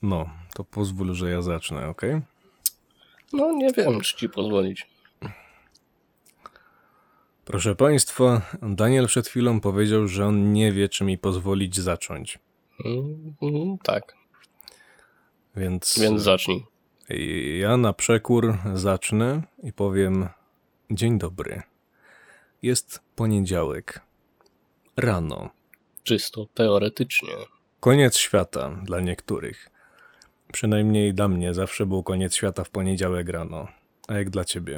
No, to pozwól, że ja zacznę, okej? No nie wiem, czy ci pozwolić. Proszę Państwa, Daniel przed chwilą powiedział, że on nie wie, czy mi pozwolić zacząć. Tak, Więc więc zacznij. ja na przekór zacznę i powiem: dzień dobry. Jest poniedziałek. Rano. Czysto teoretycznie. Koniec świata dla niektórych. Przynajmniej dla mnie zawsze był koniec świata w poniedziałek rano. A jak dla ciebie?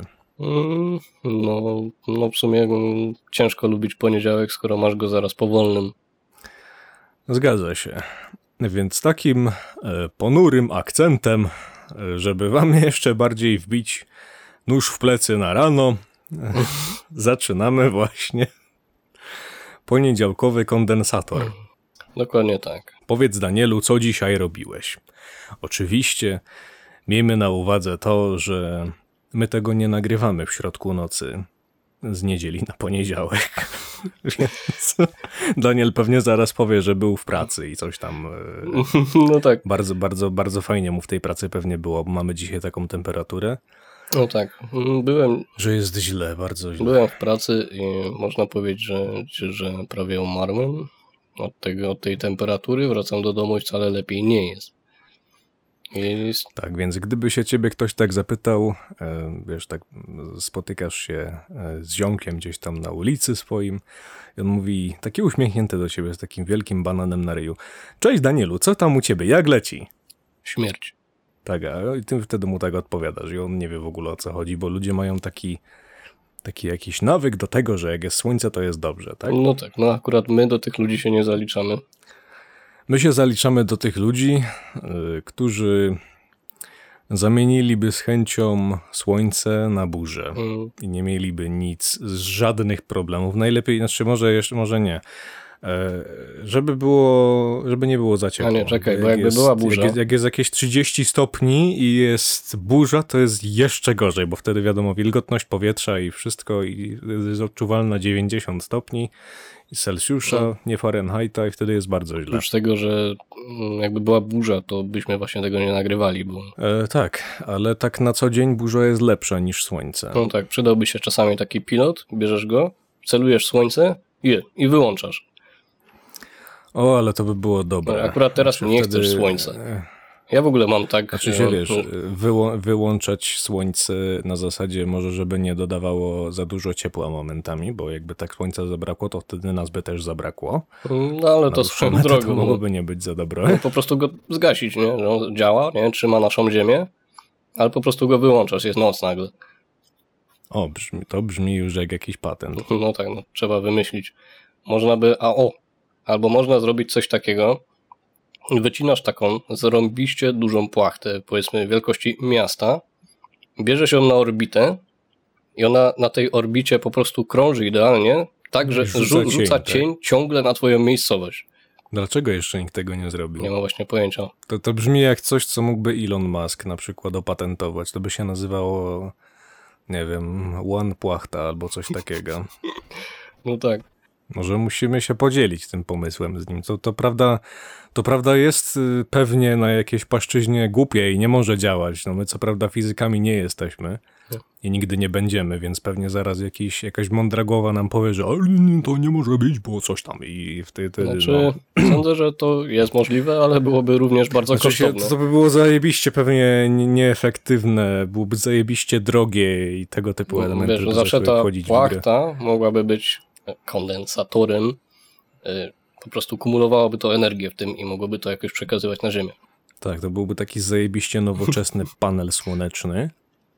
No w sumie ciężko lubić poniedziałek, skoro masz go zaraz po wolnym. Zgadza się. Więc takim ponurym akcentem, żeby wam jeszcze bardziej wbić nóż w plecy na rano, zaczynamy właśnie poniedziałkowy kondensator. Dokładnie tak. Powiedz, Danielu, co dzisiaj robiłeś? Oczywiście miejmy na uwadze to, że my tego nie nagrywamy w środku nocy z niedzieli na poniedziałek. Więc Daniel pewnie zaraz powie, że był w pracy i coś tam. No tak. Bardzo, bardzo, bardzo fajnie mu w tej pracy pewnie było, bo mamy dzisiaj taką temperaturę. No tak. Że jest źle, bardzo źle. Byłem w pracy i można powiedzieć, że prawie umarłem od tej temperatury. Wracam do domu i wcale lepiej nie jest. Tak, więc gdyby się ciebie ktoś tak zapytał, wiesz, tak spotykasz się z ziomkiem gdzieś tam na ulicy swoim i on mówi, taki uśmiechnięty do ciebie z takim wielkim bananem na ryju: cześć Danielu, co tam u ciebie, jak leci? Śmierć. Tak, i ty wtedy mu tak odpowiadasz i on nie wie w ogóle, o co chodzi, bo ludzie mają taki jakiś nawyk do tego, że jak jest słońce, to jest dobrze, tak? No tak, no akurat my do tych ludzi się nie zaliczamy. My się zaliczamy do tych ludzi, którzy zamieniliby z chęcią słońce na burzę i nie mieliby nic, żadnych problemów. Najlepiej, znaczy może nie. Żeby nie było za ciepło. A nie, czekaj, bo jakby była burza. Jak jest jakieś 30 stopni i jest burza, to jest jeszcze gorzej, bo wtedy wiadomo, wilgotność powietrza i wszystko i jest odczuwalna 90 stopni Celsjusza, nie Fahrenheita i wtedy jest bardzo źle. Oprócz tego, że jakby była burza, to byśmy właśnie tego nie nagrywali, bo... Tak, ale tak na co dzień burza jest lepsza niż słońce. No tak, przydałby się czasami taki pilot, bierzesz go, celujesz słońce i wyłączasz. O, ale to by było dobre. Akurat teraz nie chcesz słońca. Ja w ogóle mam tak... Znaczy się, wiesz, wyłączać słońce na zasadzie może, żeby nie dodawało za dużo ciepła momentami, bo jakby tak słońca zabrakło, to wtedy nas by też zabrakło. No ale to swoją drogą. To mogłoby nie być za dobre. No, po prostu go zgasić, nie? Że on działa, nie? Trzyma naszą ziemię, ale po prostu go wyłączasz, jest noc nagle. O, to brzmi już jak jakiś patent. No tak, no, trzeba wymyślić. Można by, albo można zrobić coś takiego, wycinasz taką zarąbiście dużą płachtę, powiedzmy wielkości miasta, bierzesz ją na orbitę i ona na tej orbicie po prostu krąży idealnie, tak, że rzuca cień ciągle na twoją miejscowość. Dlaczego jeszcze nikt tego nie zrobił? Nie mam właśnie pojęcia. To brzmi jak coś, co mógłby Elon Musk na przykład opatentować. To by się nazywało, nie wiem, One Płachta albo coś takiego. No tak. Może musimy się podzielić tym pomysłem z nim. To prawda jest pewnie na jakiejś płaszczyźnie głupie i nie może działać. No my co prawda fizykami nie jesteśmy i nigdy nie będziemy, więc pewnie zaraz jakaś mądra głowa nam powie, że to nie może być, bo coś tam i wtedy... Znaczy, sądzę, że to jest możliwe, ale byłoby również bardzo kosztowne. To by było zajebiście pewnie nieefektywne, byłoby zajebiście drogie i tego typu elementy. Wiesz, zawsze ta płachta mogłaby być kondensatorem, po prostu kumulowałoby to energię w tym i mogłoby to jakoś przekazywać na Ziemię. Tak, to byłby taki zajebiście nowoczesny panel słoneczny,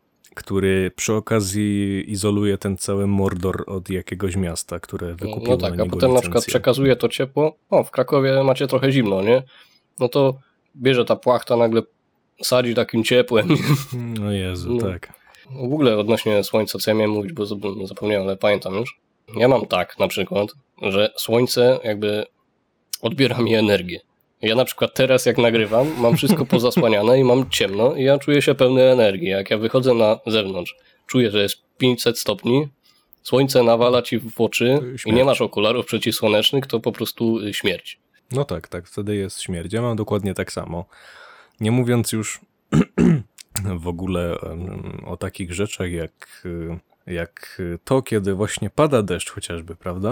który przy okazji izoluje ten cały Mordor od jakiegoś miasta, które wykupiło na niego a potem na przykład przekazuje to ciepło. W Krakowie macie trochę zimno, nie? No to bierze ta płachta, nagle sadzi takim ciepłem. No Jezu, tak. W ogóle odnośnie słońca, co ja miałem mówić, bo zapomniałem, ale pamiętam już. Ja mam tak na przykład, że słońce jakby odbiera mi energię. Ja na przykład teraz jak nagrywam, mam wszystko pozasłaniane i mam ciemno i ja czuję się pełny energii. Jak ja wychodzę na zewnątrz, czuję, że jest 500 stopni, słońce nawala ci w oczy i nie masz okularów przeciwsłonecznych, to po prostu śmierć. No tak, wtedy jest śmierć. Ja mam dokładnie tak samo. Nie mówiąc już w ogóle o takich rzeczach jak to, kiedy właśnie pada deszcz chociażby, prawda?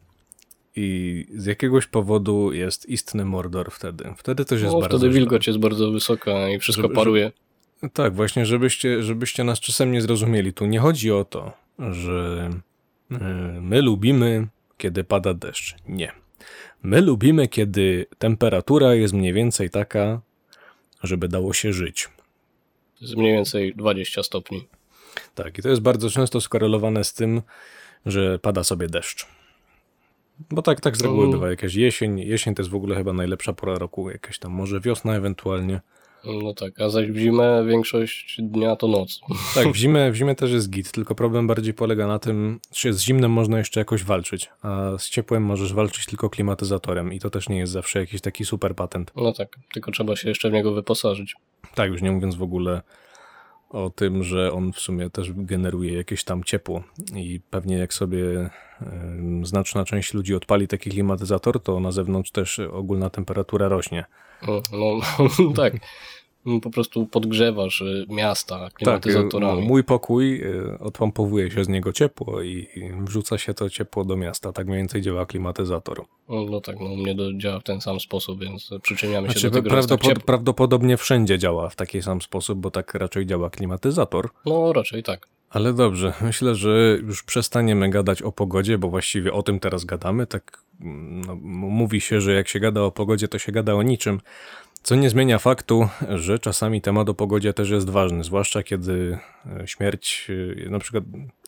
I z jakiegoś powodu jest istny Mordor wtedy. Wtedy też jest bardzo wtedy źle. wilgoć jest bardzo wysoka i wszystko Żeby- paruje. Tak, właśnie, żebyście nas czasem nie zrozumieli. Tu nie chodzi o to, że my lubimy, kiedy pada deszcz. Nie. My lubimy, kiedy temperatura jest mniej więcej taka, żeby dało się żyć. To jest mniej więcej 20 stopni. Tak, i to jest bardzo często skorelowane z tym, że pada sobie deszcz. Bo tak z reguły bywa jakaś jesień. Jesień to jest w ogóle chyba najlepsza pora roku. Jakaś tam może wiosna ewentualnie. No tak, a zaś w zimę większość dnia to noc. Tak, w zimę też jest git, tylko problem bardziej polega na tym, że z zimnem można jeszcze jakoś walczyć, a z ciepłem możesz walczyć tylko klimatyzatorem i to też nie jest zawsze jakiś taki super patent. No tak, tylko trzeba się jeszcze w niego wyposażyć. Tak, już nie mówiąc w ogóle o tym, że on w sumie też generuje jakieś tam ciepło i pewnie jak sobie znaczna część ludzi odpali taki klimatyzator, to na zewnątrz też ogólna temperatura rośnie. No tak, po prostu podgrzewasz miasta Tak, klimatyzatorami. mój pokój, odpompowuje się z niego ciepło i wrzuca się to ciepło do miasta. Tak mniej więcej działa klimatyzator. No tak, no u mnie to działa w ten sam sposób, więc przyczyniamy się Znaczy, do tego, że jest tak ciepło. prawdopodobnie wszędzie działa w taki sam sposób, bo tak raczej działa klimatyzator. No raczej tak. Ale dobrze, myślę, że już przestaniemy gadać o pogodzie, bo właściwie o tym teraz gadamy. Tak mówi się, że jak się gada o pogodzie, to się gada o niczym. Co nie zmienia faktu, że czasami temat o pogodzie też jest ważny, zwłaszcza kiedy śmierć, na przykład,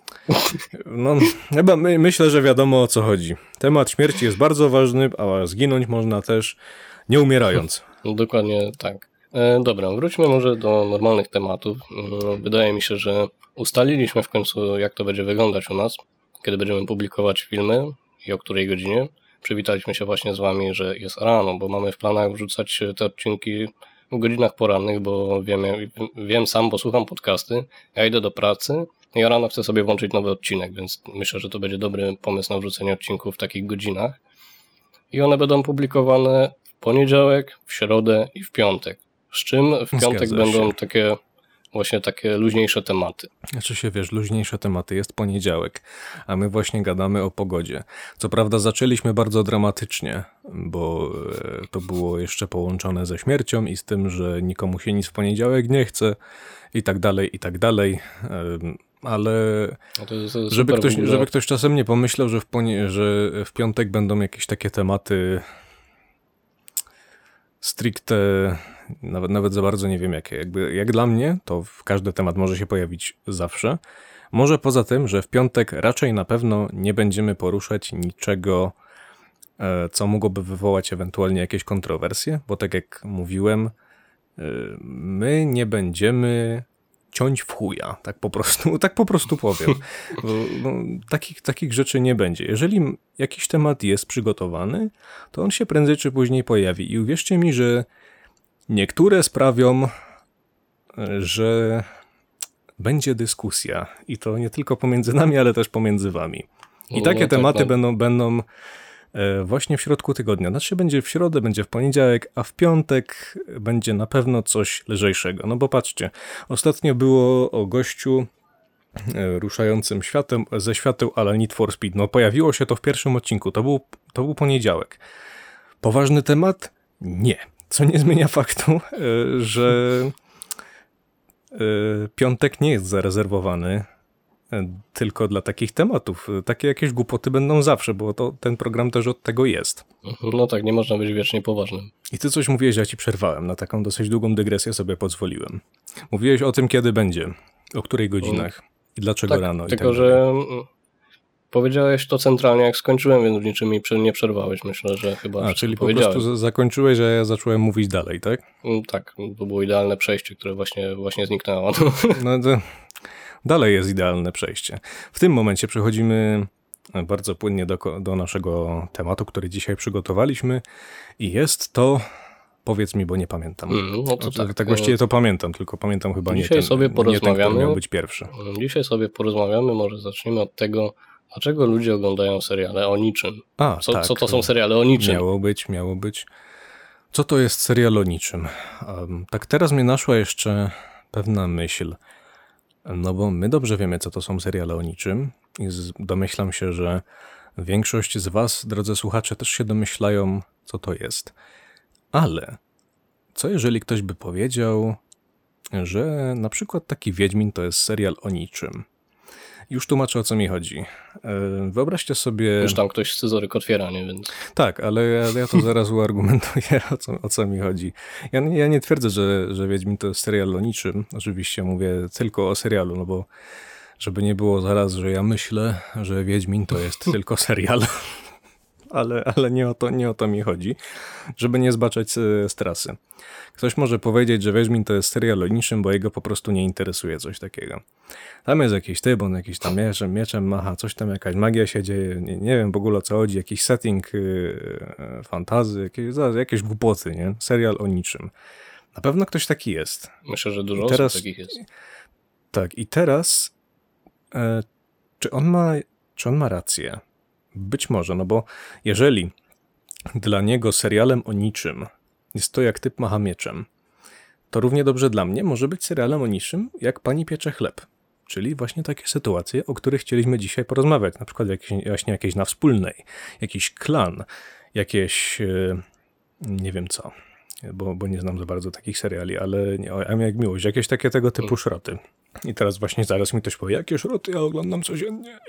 no chyba myślę, że wiadomo o co chodzi. Temat śmierci jest bardzo ważny, a zginąć można też nie umierając. No, dokładnie tak. Dobra, wróćmy może do normalnych tematów. Wydaje mi się, że ustaliliśmy w końcu, jak to będzie wyglądać u nas, kiedy będziemy publikować filmy i o której godzinie. Przywitaliśmy się właśnie z wami, że jest rano, bo mamy w planach wrzucać te odcinki w godzinach porannych, bo wiem sam, bo słucham podcasty, ja idę do pracy i ja rano chcę sobie włączyć nowy odcinek, więc myślę, że to będzie dobry pomysł na wrzucenie odcinków w takich godzinach. I one będą publikowane w poniedziałek, w środę i w piątek. Z czym w piątek będą takie luźniejsze tematy. Znaczy się, wiesz, luźniejsze tematy, jest poniedziałek, a my właśnie gadamy o pogodzie. Co prawda zaczęliśmy bardzo dramatycznie, bo to było jeszcze połączone ze śmiercią i z tym, że nikomu się nic w poniedziałek nie chce i tak dalej, ale żeby ktoś czasem nie pomyślał, że że w piątek będą jakieś takie tematy stricte, nawet za bardzo nie wiem jakie. Jak dla mnie, to każdy temat może się pojawić zawsze. Może poza tym, że w piątek raczej na pewno nie będziemy poruszać niczego, co mogłoby wywołać ewentualnie jakieś kontrowersje, bo tak jak mówiłem, my nie będziemy ciąć w chuja, tak po prostu powiem. Bo takich rzeczy nie będzie. Jeżeli jakiś temat jest przygotowany, to on się prędzej czy później pojawi. I uwierzcie mi, że niektóre sprawią, że będzie dyskusja. I to nie tylko pomiędzy nami, ale też pomiędzy wami. I takie tematy będą właśnie w środku tygodnia. Znaczy będzie w środę, będzie w poniedziałek, a w piątek będzie na pewno coś lżejszego. No bo patrzcie, ostatnio było o gościu ruszającym ze świateł ale Need for Speed. No pojawiło się to w pierwszym odcinku, to był poniedziałek. Poważny temat? Nie. Co nie zmienia faktu, że piątek nie jest zarezerwowany tylko dla takich tematów. Takie jakieś głupoty będą zawsze, bo ten program też od tego jest. No tak, nie można być wiecznie poważnym. I ty coś mówiłeś, ja ci przerwałem. Na taką dosyć długą dygresję sobie pozwoliłem. Mówiłeś o tym, kiedy będzie, o której godzinach i dlaczego tak, rano. Tylko, że powiedziałeś to centralnie, jak skończyłem, więc niczym mi nie przerwałeś. Myślę, że chyba czyli po prostu zakończyłeś, a ja zacząłem mówić dalej, tak? Tak, to było idealne przejście, które właśnie zniknęło. No to dalej jest idealne przejście. W tym momencie przechodzimy bardzo płynnie do naszego tematu, który dzisiaj przygotowaliśmy i jest to... Powiedz mi, bo nie pamiętam. No to tak właściwie to pamiętam, tylko pamiętam chyba nie ten, który miał być pierwszy. Dzisiaj sobie porozmawiamy, może zacznijmy od tego, dlaczego ludzie oglądają seriale o niczym. Co to są seriale o niczym? Miało być. Co to jest serial o niczym? Tak teraz mnie naszła jeszcze pewna myśl. No bo my dobrze wiemy, co to są seriale o niczym i domyślam się, że większość z was, drodzy słuchacze, też się domyślają, co to jest. Ale co jeżeli ktoś by powiedział, że na przykład taki Wiedźmin to jest serial o niczym? Już tłumaczę, o co mi chodzi. Wyobraźcie sobie... Już tam ktoś scyzoryk otwiera, nie? Więc... Tak, ale ja to zaraz uargumentuję, o co mi chodzi. Ja nie twierdzę, że Wiedźmin to jest serial o niczym. Oczywiście mówię tylko o serialu, no bo żeby nie było zaraz, że ja myślę, że Wiedźmin to jest tylko serial. Ale nie o to mi chodzi, żeby nie zbaczać z trasy. Ktoś może powiedzieć, że Wiedźmin to jest serial o niczym, bo jego po prostu nie interesuje coś takiego. Tam jest jakiś typ, on jakiś tam mieczem macha, coś tam, jakaś magia się dzieje, nie wiem w ogóle o co chodzi, jakiś setting fantazy, jakieś głupoty, nie? Serial o niczym. Na pewno ktoś taki jest. Myślę, że dużo osób takich jest. Tak, i teraz czy on ma rację? Być może, no bo jeżeli dla niego serialem o niczym jest to, jak typ macha mieczem, to równie dobrze dla mnie może być serialem o niczym, jak pani piecze chleb. Czyli właśnie takie sytuacje, o których chcieliśmy dzisiaj porozmawiać. Na przykład jakieś na wspólnej, jakiś klan, jakieś nie wiem co, bo nie znam za bardzo takich seriali, ale jak miłość, jakieś takie tego typu szroty. I teraz właśnie zaraz mi ktoś powie, jakie szroty, ja oglądam codziennie.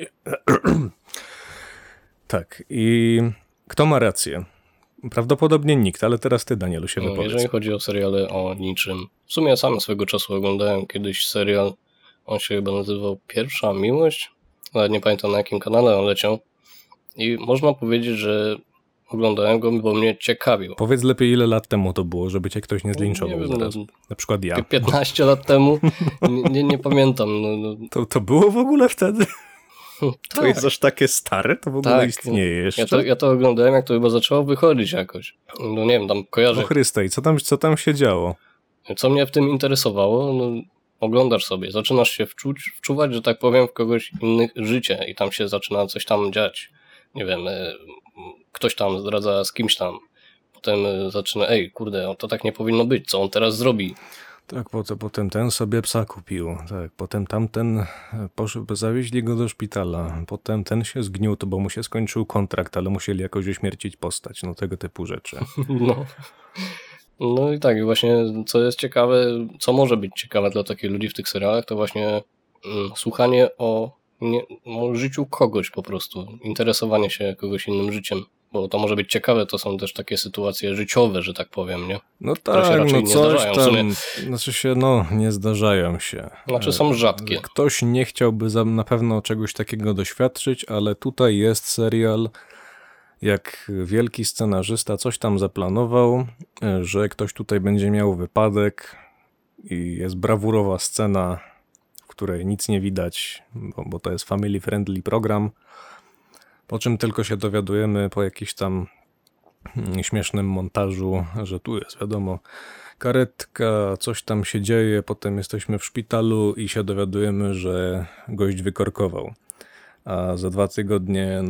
Tak, i kto ma rację? Prawdopodobnie nikt, ale teraz ty, Danielu, się wypowiedz. Jeżeli chodzi o seriale o niczym, w sumie ja sam swego czasu oglądałem kiedyś serial, on się chyba nazywał Pierwsza Miłość, ale nie pamiętam na jakim kanale on leciał i można powiedzieć, że oglądałem go, bo mnie ciekawił. Powiedz lepiej, ile lat temu to było, żeby cię ktoś nie zlinczował zaraz. Na przykład ja. 15 lat temu? Nie pamiętam. To było w ogóle wtedy? To Tak. jest aż takie stare? To w ogóle istnieje jeszcze? Ja to oglądałem, jak to chyba zaczęło wychodzić jakoś. No nie wiem, tam kojarzę. No Chryste, i co tam się działo? Co mnie w tym interesowało, oglądasz sobie, zaczynasz się wczuwać, że tak powiem, w kogoś innych życie i tam się zaczyna coś tam dziać. Nie wiem, ktoś tam zdradza z kimś tam. Potem zaczyna, kurde, to tak nie powinno być, co on teraz zrobi? Tak, potem ten sobie psa kupił, tak, potem tamten zawieźli go do szpitala, potem ten się zgniótł, bo mu się skończył kontrakt, ale musieli jakoś uśmiercić postać, tego typu rzeczy. No i tak, i właśnie co jest ciekawe, co może być ciekawe dla takich ludzi w tych serialach, to właśnie słuchanie o życiu kogoś po prostu, interesowanie się kogoś innym życiem, bo to może być ciekawe, to są też takie sytuacje życiowe, że tak powiem, nie? No które się tak, raczej nie zdarzają w sumie. Nie zdarzają się. Znaczy są rzadkie. Ktoś nie chciałby na pewno czegoś takiego doświadczyć, ale tutaj jest serial, jak wielki scenarzysta coś tam zaplanował, że ktoś tutaj będzie miał wypadek i jest brawurowa scena, w której nic nie widać, bo to jest family friendly program, po czym tylko się dowiadujemy po jakimś tam śmiesznym montażu, że tu jest wiadomo karetka, coś tam się dzieje, potem jesteśmy w szpitalu i się dowiadujemy, że gość wykorkował. A za 2 tygodnie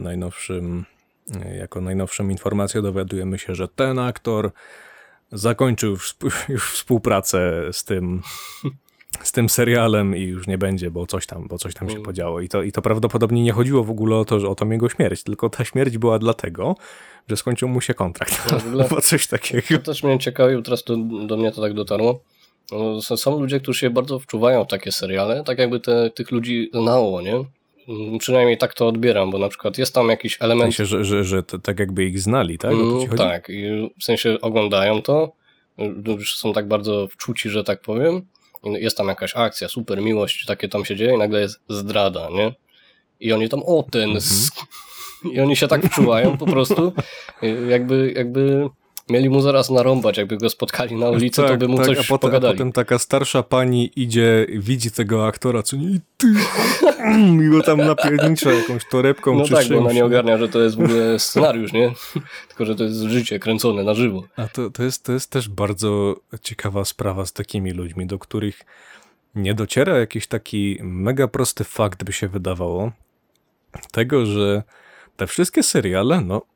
jako najnowszą informację dowiadujemy się, że ten aktor zakończył już współpracę z tym serialem i już nie będzie, bo coś tam się podziało. I to prawdopodobnie nie chodziło w ogóle o tą jego śmierć, tylko ta śmierć była dlatego, że skończył mu się kontrakt. Albo coś takiego. To też mnie ciekawiło, teraz do mnie to tak dotarło. Są ludzie, którzy się bardzo wczuwają w takie seriale, tak jakby tych ludzi znało, nie? Przynajmniej tak to odbieram, bo na przykład jest tam jakiś element... W sensie, że to tak jakby ich znali, tak? Tak, i w sensie oglądają to, już są tak bardzo wczuci, że tak powiem, jest tam jakaś akcja, super miłość, takie tam się dzieje i nagle jest zdrada, nie? I oni tam, i oni się tak wczuwają po prostu, jakby mieli mu zaraz narąbać, jakby go spotkali na ulicy, to by mu coś pogadali. A potem taka starsza pani widzi tego aktora, co nie, ty, i go tam napiernicza jakąś torebką czy czymś. Bo ona nie ogarnia, że to jest w ogóle scenariusz, nie? Tylko, że to jest życie kręcone na żywo. A to jest też bardzo ciekawa sprawa z takimi ludźmi, do których nie dociera jakiś taki mega prosty fakt, by się wydawało, tego, że te wszystkie seriale,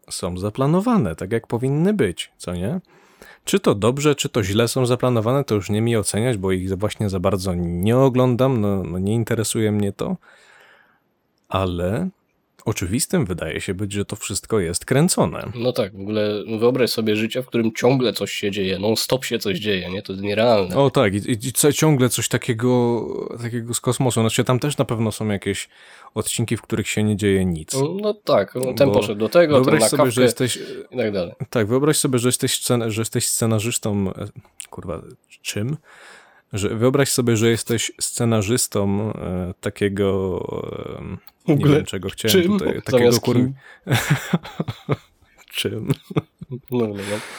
są zaplanowane, tak jak powinny być, co nie? Czy to dobrze, czy to źle są zaplanowane, to już nie mi oceniać, bo ich właśnie za bardzo nie oglądam, no nie interesuje mnie to, ale oczywistym wydaje się być, że to wszystko jest kręcone. No tak, w ogóle wyobraź sobie życie, w którym ciągle coś się dzieje, non-stop się coś dzieje, nie? To jest nierealne. O tak, ciągle coś takiego z kosmosu. Znaczy tam też na pewno są jakieś odcinki, w których się nie dzieje nic. No tak, ten poszedł do tego, ten Wyobraź na sobie, kawkę że jesteś... i tak dalej. Tak, wyobraź sobie, że jesteś scenarzystą... Kurwa, czym? Wyobraź sobie, że jesteś scenarzystą takiego... nie wiem, czego chciałem czym? tutaj. Zamiast Takiego kim? Czym? No.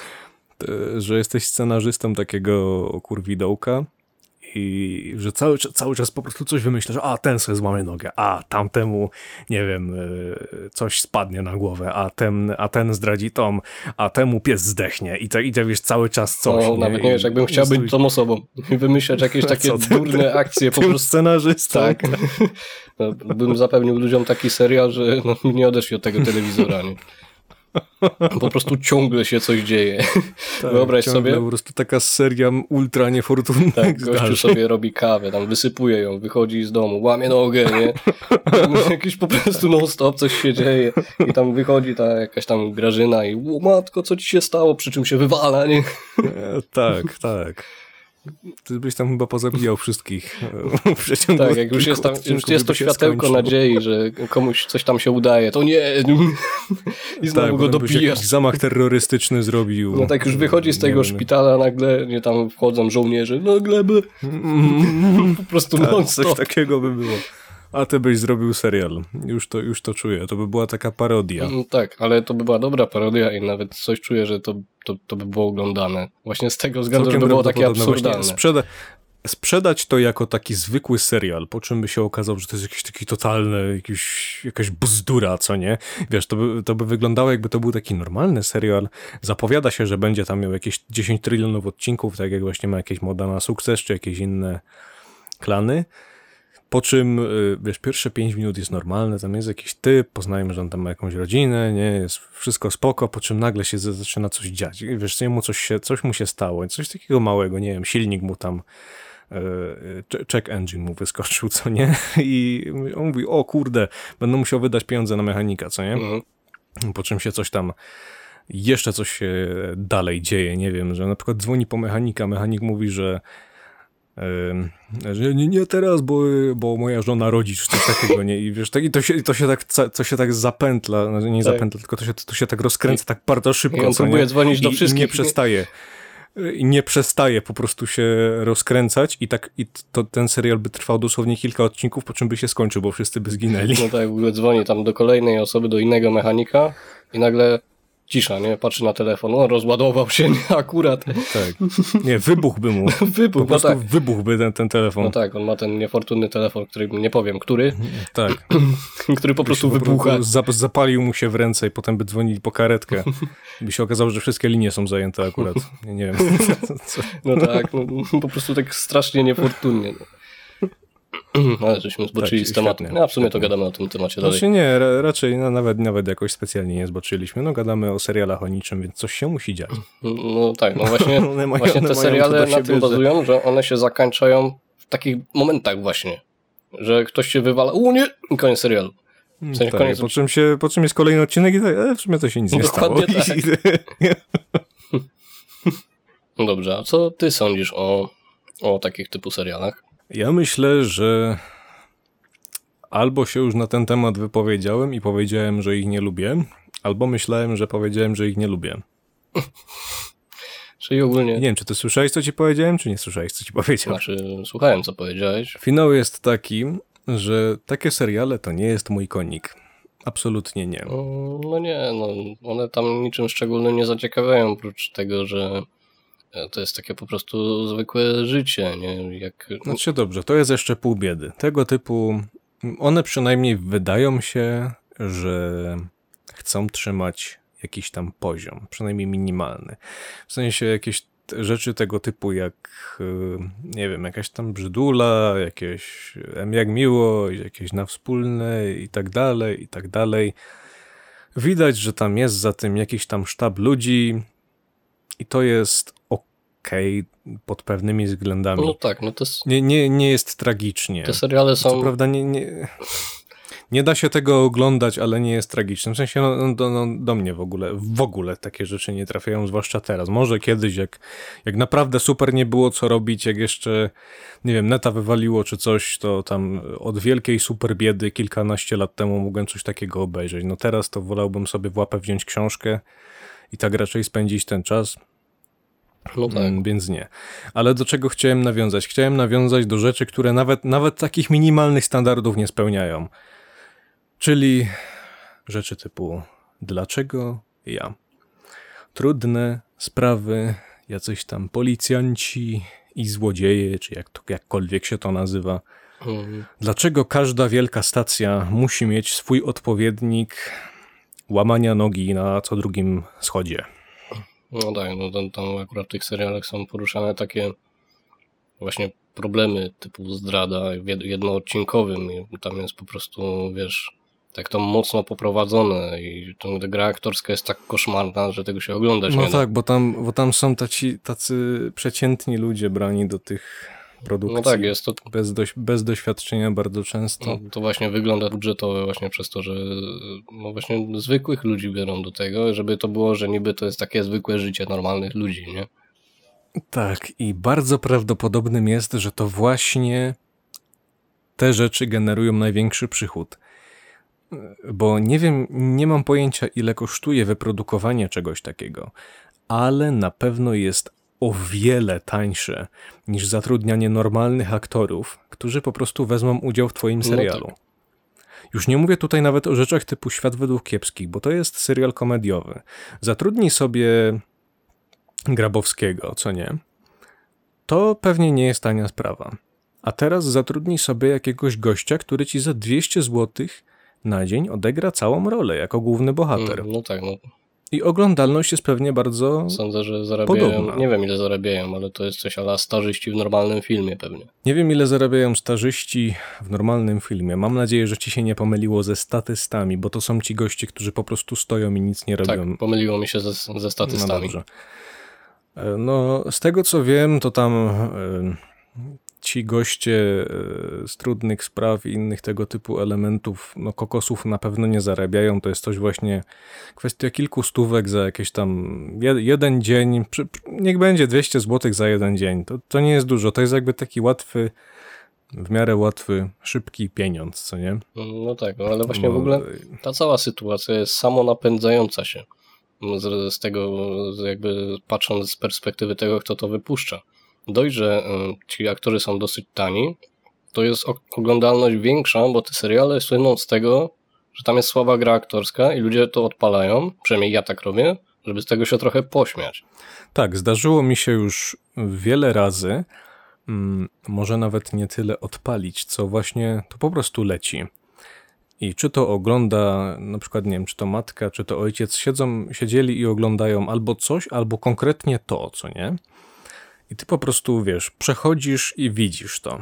Że jesteś scenarzystą takiego kurwidołka i że cały czas po prostu coś wymyślasz, a ten sobie złamie nogę, a tamtemu, nie wiem, coś spadnie na głowę, a ten zdradzi Tom, a temu pies zdechnie i to wiesz cały czas coś. No, nawet nie wiesz, jakbym chciał być tą osobą i wymyślać jakieś takie durne akcje po prostu. Scenarzystą. Tak. No, bym zapewnił ludziom taki serial, że nie odeszli od tego telewizora, nie? Po prostu ciągle się coś dzieje. Tak, Wyobraź sobie. Po prostu taka seria ultra niefortunnych Tak, gościu zdarzeń. sobie robi kawę, tam wysypuje ją, wychodzi z domu, łamie nogę, nie? Jakiś po prostu non-stop coś się dzieje i tam wychodzi ta jakaś tam Grażyna i o matko, co ci się stało? Przy czym się wywala, nie? Tak. Ty byś tam chyba pozabijał wszystkich w przeciągu Tak, jak już jest tam, już jest to światełko nadziei, że komuś coś tam się udaje, to nie! I znowu tak, go byś dobijasz. jakiś zamach terrorystyczny zrobił. No tak już wychodzi z tego szpitala, nagle nie tam wchodzą żołnierze, no gleby. Po prostu tak, non-stop. coś takiego by było. A ty byś zrobił serial. Już to czuję. To by była taka parodia. Tak, ale to by była dobra parodia i nawet coś czuję, że to by było oglądane. Właśnie z tego względu, że to było takie absurdalne. Sprzedać to jako taki zwykły serial, po czym by się okazało, że to jest jakiś taki totalny, jakaś bzdura, co nie? Wiesz, to by wyglądało, jakby to był taki normalny serial. Zapowiada się, że będzie tam miał jakieś 10 trylionów odcinków, tak jak właśnie ma jakieś Moda na sukces, czy jakieś inne klany. Po czym, wiesz, pierwsze 5 minut jest normalne, tam jest jakiś typ, poznajemy, że on tam ma jakąś rodzinę, nie, jest wszystko spoko, po czym nagle się zaczyna coś dziać. Wiesz, jemu coś mu się stało, coś takiego małego, nie wiem, silnik mu tam, check engine mu wyskoczył, co nie? I on mówi, o kurde, będę musiał wydać pieniądze na mechanika, co nie? Mhm. Po czym się jeszcze coś się dalej dzieje, nie wiem, że na przykład dzwoni po mechanika, mechanik mówi, że nie teraz, bo moja żona rodzi, czy coś takiego, nie? I wiesz, to się tak zapętla, nie tak. zapętla, tylko to się tak rozkręca tak bardzo szybko. I on próbuje dzwonić do wszystkich. I nie przestaje. I nie przestaje po prostu się rozkręcać i ten serial by trwał dosłownie kilka odcinków, po czym by się skończył, bo wszyscy by zginęli. No tak, w ogóle dzwoni tam do kolejnej osoby, do innego mechanika i nagle cisza, nie? Patrzy na telefon, on rozładował się, nie? Akurat. Tak. Nie, wybuchłby mu. Wybuch, po prostu tak. wybuchłby ten telefon. No tak, on ma ten niefortunny telefon, który nie powiem, który. Tak. Który po prostu wybucha. Zapalił mu się w ręce i potem by dzwonili po karetkę. By się okazało, że wszystkie linie są zajęte akurat. Nie wiem. No tak, po prostu tak strasznie niefortunnie. Ale żeśmy zboczyli tak, z tematu. świetnie, No, w sumie to gadamy o tym temacie dalej. Znaczy nie, raczej nawet jakoś specjalnie nie zboczyliśmy. No gadamy o serialach o niczym, więc coś się musi dziać. No tak, no właśnie, właśnie te mają seriale to do na siebie, tym bazują, że one się zakończają w takich momentach właśnie, że ktoś się wywala, nie, i koniec serialu. W sensie tak, koniec... po czym jest kolejny odcinek i tak, w sumie to się nic nie stało. Tak. No dobrze, a co ty sądzisz o takich typu serialach? Ja myślę, że albo się już na ten temat wypowiedziałem i powiedziałem, że ich nie lubię, albo myślałem, że powiedziałem, że ich nie lubię. Czyli ogólnie... Nie wiem, czy ty słyszałeś, co ci powiedziałem, czy nie słyszałeś, co ci powiedziałem? Znaczy, słuchałem, co powiedziałeś. Finał jest taki, że takie seriale to nie jest mój konik. Absolutnie nie. No nie, no one tam niczym szczególnym nie zaciekawiają, oprócz tego, że to jest takie po prostu zwykłe życie, nie? Znaczy dobrze, to jest jeszcze pół biedy. Tego typu, one przynajmniej wydają się, że chcą trzymać jakiś tam poziom, przynajmniej minimalny. W sensie jakieś rzeczy tego typu jak, nie wiem, jakaś tam brzydula, jakieś jak miłość, jakieś na wspólne i tak dalej, i tak dalej. widać, że tam jest za tym jakiś tam sztab ludzi i to jest okej pod pewnymi względami. No tak, no to jest... Nie jest tragicznie. Te seriale są... Co prawda nie da się tego oglądać, ale nie jest tragiczne. W sensie do mnie w ogóle takie rzeczy nie trafiają, zwłaszcza teraz. Może kiedyś, jak naprawdę super nie było co robić, jak jeszcze, nie wiem, neta wywaliło czy coś, to tam od wielkiej super biedy kilkanaście lat temu mogłem coś takiego obejrzeć. No teraz to wolałbym sobie w łapę wziąć książkę i tak raczej spędzić ten czas. No tak. Więc nie. Ale do czego chciałem nawiązać? Chciałem nawiązać do rzeczy, które nawet takich minimalnych standardów nie spełniają. Czyli rzeczy typu dlaczego ja? Trudne sprawy, jacyś tam policjanci i złodzieje, czy jakkolwiek się to nazywa. Dlaczego każda wielka stacja musi mieć swój odpowiednik łamania nogi na co drugim schodzie? No tak, no tam akurat w tych serialach są poruszane takie właśnie problemy typu zdrada w jednoodcinkowym i tam jest po prostu, wiesz, tak to mocno poprowadzone i ta gra aktorska jest tak koszmarna, że tego się oglądać nie da. No tak, bo tam są tacy przeciętni ludzie brani do tych produkcji. No tak, jest to... Bez doświadczenia bardzo często. To właśnie wygląda budżetowe właśnie przez to, że no właśnie zwykłych ludzi biorą do tego, żeby to było, że niby to jest takie zwykłe życie normalnych ludzi, nie? Tak, i bardzo prawdopodobnym jest, że to właśnie te rzeczy generują największy przychód. Bo nie wiem, nie mam pojęcia, ile kosztuje wyprodukowanie czegoś takiego, ale na pewno jest o wiele tańsze niż zatrudnianie normalnych aktorów, którzy po prostu wezmą udział w twoim serialu. No tak. Już nie mówię tutaj nawet o rzeczach typu Świat według kiepskich, bo to jest serial komediowy. Zatrudnij sobie Grabowskiego, co nie? To pewnie nie jest tania sprawa. A teraz zatrudnij sobie jakiegoś gościa, który ci za 200 zł na dzień odegra całą rolę jako główny bohater. No tak, no. I oglądalność jest pewnie bardzo Sądzę, że zarabiają, podobna. nie wiem ile zarabiają, ale to jest coś a la stażyści w normalnym filmie pewnie. Nie wiem, ile zarabiają stażyści w normalnym filmie. Mam nadzieję, że ci się nie pomyliło ze statystami, bo to są ci goście, którzy po prostu stoją i nic nie robią. Tak, pomyliło mi się ze statystami. No dobrze. No, z tego co wiem, to tam ci goście z trudnych spraw i innych tego typu elementów, no kokosów na pewno nie zarabiają. To jest coś właśnie, kwestia kilku stówek za jakieś tam jeden dzień. Niech będzie 200 zł za jeden dzień. To nie jest dużo. To jest jakby taki łatwy, w miarę łatwy, szybki pieniądz, co nie? No tak, no ale właśnie w ogóle ta cała sytuacja jest samonapędzająca się. Z tego, jakby patrząc z perspektywy tego, kto to wypuszcza. Dość, że ci aktorzy są dosyć tani, to jest oglądalność większa, bo te seriale słyną z tego, że tam jest słaba gra aktorska i ludzie to odpalają, przynajmniej ja tak robię, żeby z tego się trochę pośmiać. Tak, zdarzyło mi się już wiele razy, może nawet nie tyle odpalić, co właśnie to po prostu leci. I czy to ogląda, na przykład, nie wiem, czy to matka, czy to ojciec, siedzieli i oglądają albo coś, albo konkretnie to, co nie? I ty po prostu, wiesz, przechodzisz i widzisz to.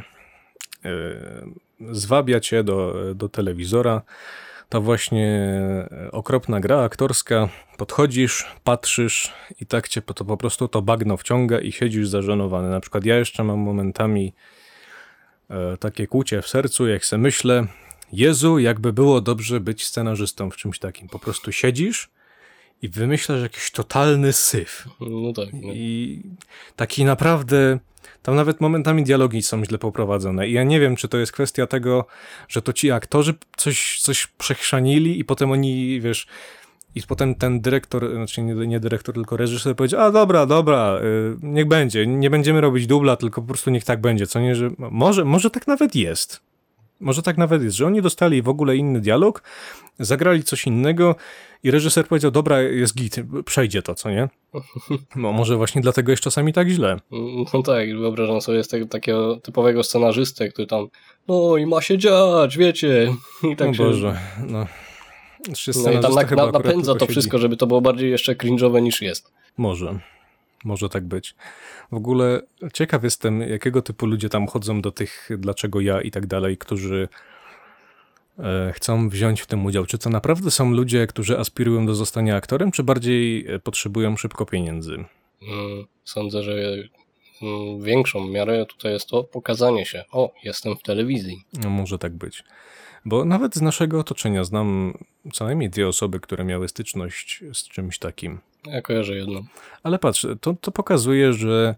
Zwabia cię do telewizora ta właśnie okropna gra aktorska, podchodzisz, patrzysz i tak cię to po prostu to bagno wciąga i siedzisz zażenowany. Na przykład ja jeszcze mam momentami takie kłucie w sercu, jak se myślę, Jezu, jakby było dobrze być scenarzystą w czymś takim. Po prostu siedzisz i wymyślasz jakiś totalny syf. No tak. No. I taki naprawdę... Tam nawet momentami dialogi są źle poprowadzone. I ja nie wiem, czy to jest kwestia tego, że to ci aktorzy coś przechrzanili i potem oni, wiesz... I potem ten dyrektor, znaczy nie dyrektor, tylko reżyser powiedział, a dobra, niech będzie, nie będziemy robić dubla, tylko po prostu niech tak będzie, co nie, że może tak nawet jest. Może tak nawet jest, że oni dostali w ogóle inny dialog, zagrali coś innego i reżyser powiedział, dobra, jest git, przejdzie to, co nie? No może właśnie dlatego jest czasami tak źle. No tak, wyobrażam sobie takiego typowego scenarzystę, który tam, no i ma się dziać, wiecie. I tak o się... Boże, no. No i tam napędza to wszystko, żeby to było bardziej jeszcze cringe'owe niż jest. Może tak być. W ogóle ciekaw jestem, jakiego typu ludzie tam chodzą do tych dlaczego ja i tak dalej, którzy chcą wziąć w tym udział? Czy to naprawdę są ludzie, którzy aspirują do zostania aktorem, czy bardziej potrzebują szybko pieniędzy? Sądzę, że większą miarę tutaj jest to pokazanie się. O, jestem w telewizji. No, może tak być. Bo nawet z naszego otoczenia znam co najmniej 2 osoby, które miały styczność z czymś takim. Ja kojarzę jedną. Ale patrz, to pokazuje, że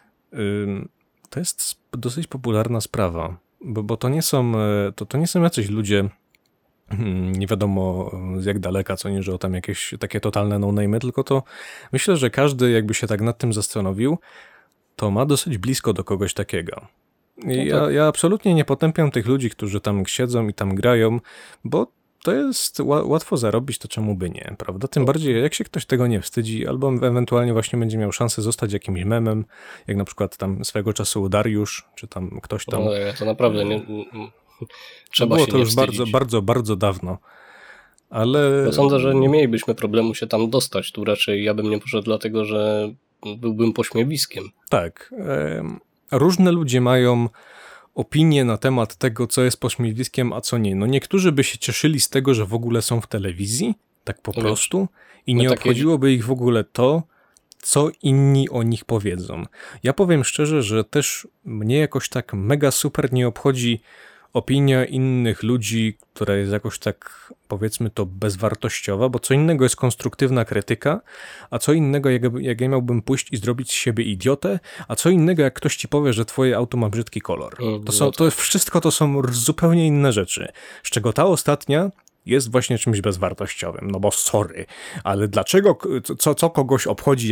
to jest dosyć popularna sprawa, bo to nie są jacyś ludzie nie wiadomo z jak daleka, co nie, że o tam jakieś takie totalne no-name'y, tylko to myślę, że każdy jakby się tak nad tym zastanowił, to ma dosyć blisko do kogoś takiego. I ja absolutnie nie potępiam tych ludzi, którzy tam siedzą i tam grają, bo to jest łatwo zarobić, to czemu by nie, prawda? Tym bardziej, jak się ktoś tego nie wstydzi, albo ewentualnie właśnie będzie miał szansę zostać jakimś memem, jak na przykład tam swego czasu Dariusz, czy tam ktoś tam. No, to naprawdę nie, trzeba było się to nie już wstydzić. bardzo, bardzo, bardzo dawno. Ale... Bo sądzę, że nie mielibyśmy problemu się tam dostać. Tu raczej ja bym nie poszedł dlatego, że byłbym pośmiewiskiem. Tak. Różne ludzie mają opinie na temat tego, co jest pośmiewiskiem, a co nie. No niektórzy by się cieszyli z tego, że w ogóle są w telewizji, tak po prostu, i nie obchodziłoby ich w ogóle to, co inni o nich powiedzą. Ja powiem szczerze, że też mnie jakoś tak mega super nie obchodzi opinia innych ludzi, która jest jakoś tak, powiedzmy to, bezwartościowa, bo co innego jest konstruktywna krytyka, a co innego, jak ja miałbym pójść i zrobić z siebie idiotę, a co innego, jak ktoś ci powie, że twoje auto ma brzydki kolor. To wszystko to są zupełnie inne rzeczy, z czego ta ostatnia jest właśnie czymś bezwartościowym, no bo sorry, ale dlaczego, co kogoś obchodzi,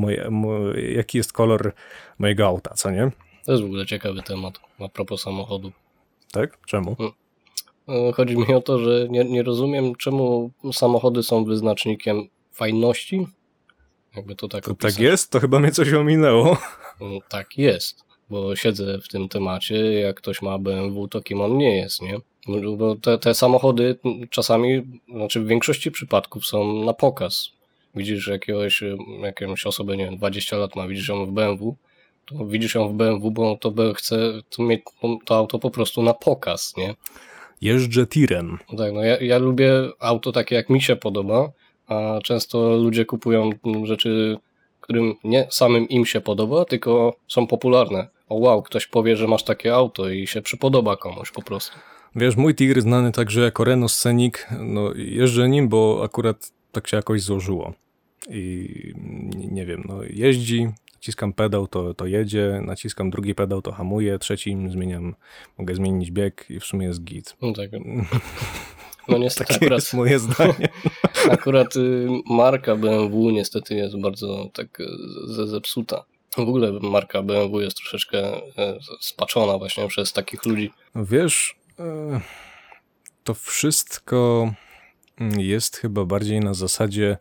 jaki jest kolor mojego auta, co nie? To jest w ogóle ciekawy temat a propos samochodu. Tak? Czemu? Chodzi mi o to, że nie rozumiem, czemu samochody są wyznacznikiem fajności. Jakby to tak opisać. Tak jest? To chyba mnie coś ominęło. Tak jest, bo siedzę w tym temacie, jak ktoś ma BMW, to kim on nie jest, nie? Bo te samochody czasami, znaczy w większości przypadków są na pokaz. Widzisz jakąś osobę, nie wiem, 20 lat ma, widzisz ją w BMW, to widzisz ją w BMW, bo chce mieć to auto po prostu na pokaz, nie? Jeżdżę tirem. Tak, no ja lubię auto takie, jak mi się podoba, a często ludzie kupują rzeczy, którym nie samym im się podoba, tylko są popularne. O wow, ktoś powie, że masz takie auto i się przypodoba komuś po prostu. Wiesz, mój tir znany także jako Renault Scenic, no jeżdżę nim, bo akurat tak się jakoś złożyło. I nie wiem, no jeździ, naciskam pedał, to jedzie, naciskam drugi pedał, to hamuje, trzecim mogę zmienić bieg i w sumie jest git. No tak. No niestety takie akurat, jest moje zdanie. Akurat marka BMW niestety jest bardzo tak zepsuta. W ogóle marka BMW jest troszeczkę spaczona właśnie przez takich ludzi. Wiesz, to wszystko jest chyba bardziej na zasadzie,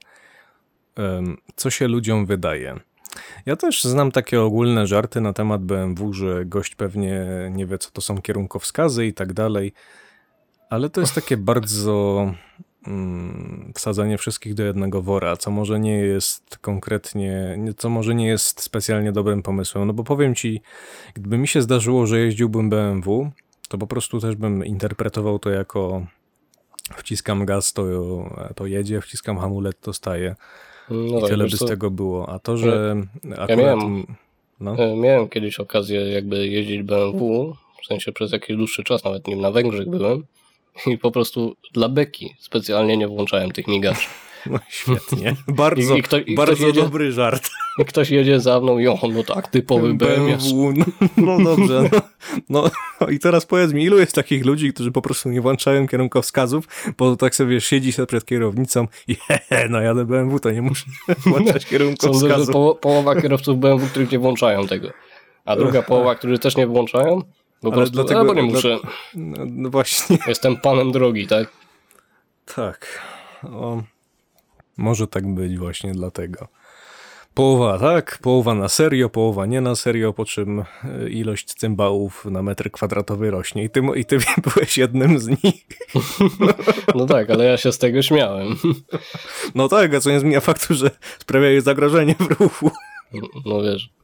co się ludziom wydaje. Ja też znam takie ogólne żarty na temat BMW, że gość pewnie nie wie, co to są kierunkowskazy i tak dalej, ale to jest takie bardzo wsadzanie wszystkich do jednego wora, co może nie jest co może nie jest specjalnie dobrym pomysłem, no bo powiem ci, gdyby mi się zdarzyło, że jeździłbym BMW, to po prostu też bym interpretował to jako wciskam gaz, to jedzie, wciskam hamulec, to staje. No i tak, tyle by z tego było. A to, że ja akurat... miałem kiedyś okazję jakby jeździć BMW, w sensie przez jakiś dłuższy czas, nawet nim na Węgrzech byłem i po prostu dla beki specjalnie nie włączałem tych migaczy. No świetnie. Bardzo, bardzo dobry żart. I ktoś jedzie za mną i no tak, typowy BMW. No dobrze. No i teraz powiedz mi, ilu jest takich ludzi, którzy po prostu nie włączają kierunkowskazów, bo tak sobie siedzi się przed kierownicą i no jadę BMW, to nie muszę włączać kierunkowskazów. Sądzę, że połowa kierowców BMW, których nie włączają tego. A druga połowa, którzy też nie włączają, po prostu, dlatego, bo nie muszę. No właśnie. Jestem panem drogi, tak? Tak. Może tak być właśnie dlatego. Połowa tak, połowa na serio, połowa nie na serio, po czym ilość cymbałów na metr kwadratowy rośnie. I ty byłeś jednym z nich. No tak, ale ja się z tego śmiałem. No tak, a co nie zmienia faktu, że sprawiają zagrożenie w ruchu. No wiesz,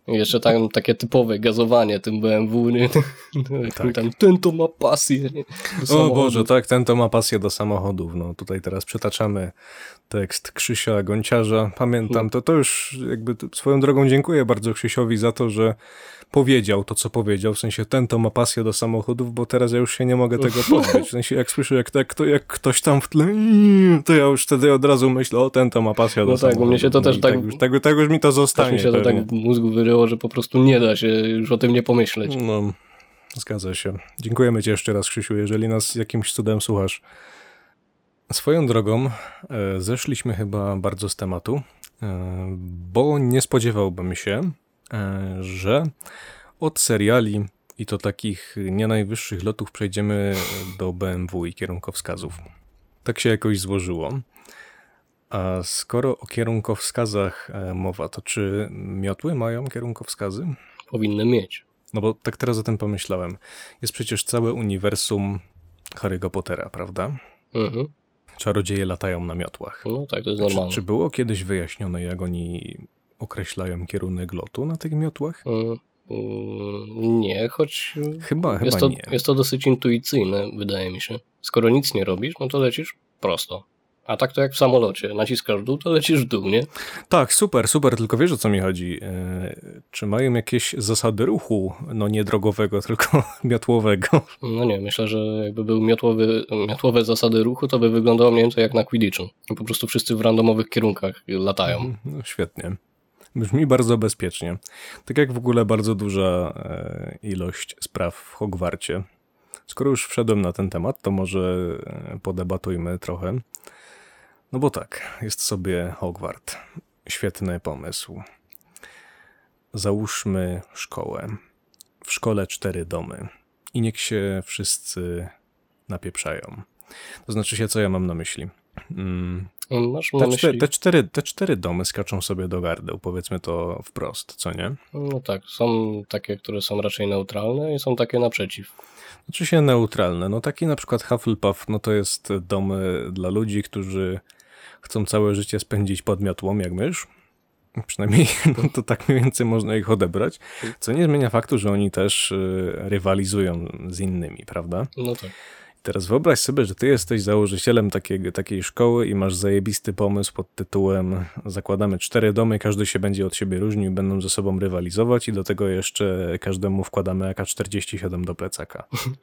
I jeszcze tam takie typowe gazowanie tym BMW, nie? Tak. Tam, ten to ma pasję, nie? Do O samochodu. Boże, tak, ten to ma pasję do samochodów. No tutaj teraz przytaczamy tekst Krzysia Gonciarza. Pamiętam, to już jakby swoją drogą dziękuję bardzo Krzysiowi za to, że powiedział to, co powiedział. W sensie ten to ma pasję do samochodów, bo teraz ja już się nie mogę tego pozbyć. W sensie jak słyszę, jak ktoś tam w tle, to ja już wtedy od razu myślę, o ten to ma pasję do No tak, samochodów. u mnie się to też i tak... Tego już mi to Też zostanie. mi się to pewnie. tak w mózgu wyryło, że po prostu nie da się już o tym nie pomyśleć. No, zgadza się. Dziękujemy ci jeszcze raz, Krzysiu, jeżeli nas jakimś cudem słuchasz. Swoją drogą zeszliśmy chyba bardzo z tematu, bo nie spodziewałbym się, że od seriali i to takich nie najwyższych lotów przejdziemy do BMW i kierunkowskazów. Tak się jakoś złożyło. A skoro o kierunkowskazach mowa, to czy miotły mają kierunkowskazy? Powinny mieć. No bo tak teraz o tym pomyślałem. Jest przecież całe uniwersum Harry'ego Pottera, prawda? Mhm. Czarodzieje latają na miotłach. No tak, to jest normalne. Czy było kiedyś wyjaśnione, jak oni określają kierunek lotu na tych miotłach? Nie, choć Chyba nie. jest to dosyć intuicyjne, wydaje mi się. Skoro nic nie robisz, no to lecisz prosto. A tak to jak w samolocie. Naciskasz w dół, to lecisz w dół, nie? Tak, super, tylko wiesz, o co mi chodzi. Czy mają jakieś zasady ruchu, no nie drogowego, tylko miotłowego? No nie, myślę, że jakby był miotłowe zasady ruchu, to by wyglądało mniej więcej jak na Quidditchu. Po prostu wszyscy w randomowych kierunkach latają. No, świetnie. Brzmi bardzo bezpiecznie. Tak jak w ogóle bardzo duża ilość spraw w Hogwarcie. Skoro już wszedłem na ten temat, to może podebatujmy trochę. No bo tak, jest sobie Hogwart. Świetny pomysł. Załóżmy szkołę. W szkole 4 domy. I niech się wszyscy napieprzają. To znaczy się, co ja mam na myśli? Masz na myśli... Te cztery domy skaczą sobie do gardeł, powiedzmy to wprost, co nie? No tak, są takie, które są raczej neutralne i są takie naprzeciw. Znaczy się neutralne. No taki na przykład Hufflepuff, no to jest dom dla ludzi, którzy chcą całe życie spędzić pod miotłą, jak mysz. Przynajmniej no to tak mniej więcej można ich odebrać. Co nie zmienia faktu, że oni też rywalizują z innymi, prawda? No tak. Teraz wyobraź sobie, że ty jesteś założycielem takiej szkoły i masz zajebisty pomysł pod tytułem zakładamy 4 domy, każdy się będzie od siebie różnił, będą ze sobą rywalizować i do tego jeszcze każdemu wkładamy AK-47 do plecaka.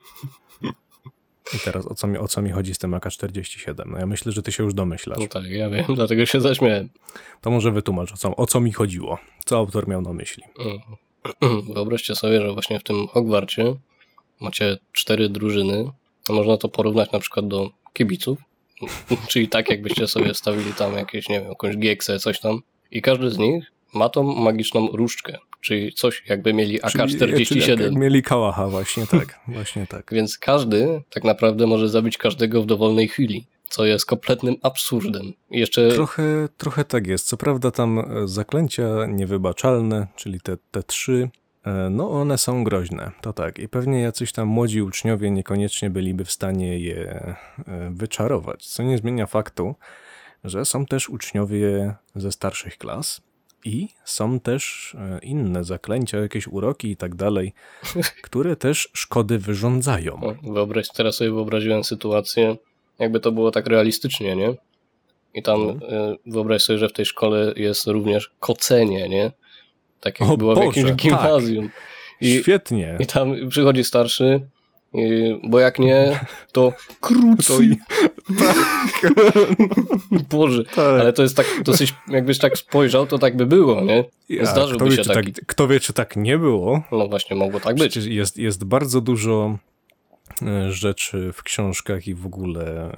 I teraz o co mi chodzi z tym AK-47? No ja myślę, że ty się już domyślasz. No tak, ja wiem, dlatego się zaśmiałem. To może wytłumacz, o co mi chodziło. Co autor miał na myśli. Wyobraźcie sobie, że właśnie w tym Hogwarcie macie 4 drużyny. Można to porównać na przykład do kibiców. Czyli tak, jakbyście sobie stawili tam jakieś, nie wiem, jakąś gieksę, coś tam. I każdy z nich ma tą magiczną różdżkę. Czyli coś, jakby mieli AK-47. Czyli jak mieli kałacha, właśnie tak. Właśnie tak. Więc każdy tak naprawdę może zabić każdego w dowolnej chwili, co jest kompletnym absurdem. I jeszcze... Trochę tak jest. Co prawda tam zaklęcia niewybaczalne, czyli te 3, no one są groźne, to tak. I pewnie jacyś tam młodzi uczniowie niekoniecznie byliby w stanie je wyczarować, co nie zmienia faktu, że są też uczniowie ze starszych klas i są też inne zaklęcia, jakieś uroki i tak dalej, które też szkody wyrządzają. Teraz sobie wyobraziłem sytuację, jakby to było tak realistycznie, nie? I tam wyobraź sobie, że w tej szkole jest również kocenie, nie? Tak jak było w jakimś gimnazjum. Tak. Świetnie. I tam przychodzi starszy, bo jak nie, to krócej. Tak. Boże, tak. ale to jest tak dosyć, jakbyś tak spojrzał, to tak by było, nie? Zdarzyłby się taki. Kto wie, czy tak nie było? No właśnie, mogło tak być. Przecież jest bardzo dużo rzeczy w książkach i w ogóle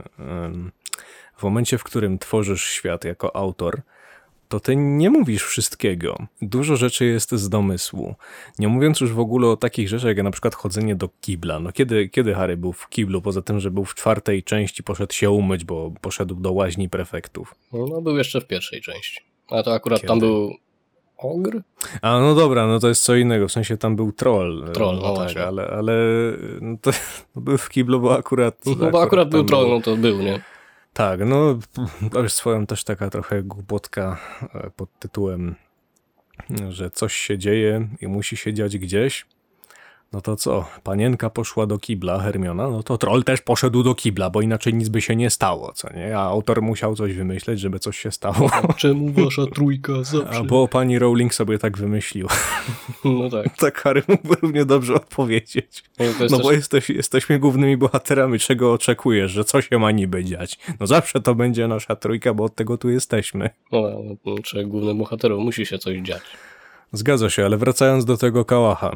w momencie, w którym tworzysz świat jako autor, to ty nie mówisz wszystkiego. Dużo rzeczy jest z domysłu. Nie mówiąc już w ogóle o takich rzeczach, jak na przykład chodzenie do kibla. No kiedy Harry był w kiblu, poza tym, że był w 4. części, poszedł się umyć, bo poszedł do łaźni prefektów. No był jeszcze w 1. części. A to akurat tam był ogr? A no dobra, no to jest co innego, w sensie tam był troll. Troll, no tak, właśnie. ale no to był w kiblu, bo akurat... No bo akurat był troll, no to był, nie? Tak, no to jest swoją też taka trochę głupotka pod tytułem że coś się dzieje i musi się dziać gdzieś, no to co? Panienka poszła do kibla, Hermiona, no to troll też poszedł do kibla, bo inaczej nic by się nie stało, co nie? A autor musiał coś wymyśleć, żeby coś się stało. Czemu wasza trójka zawsze? Albo pani Rowling sobie tak wymyśliła. No tak. Tak Harry mógłby równie dobrze odpowiedzieć. No bo jesteśmy głównymi bohaterami, czego oczekujesz, że co się ma niby dziać? No zawsze to będzie nasza trójka, bo od tego tu jesteśmy. No, czy głównym bohaterom musi się coś dziać. Zgadza się, ale wracając do tego kałacha.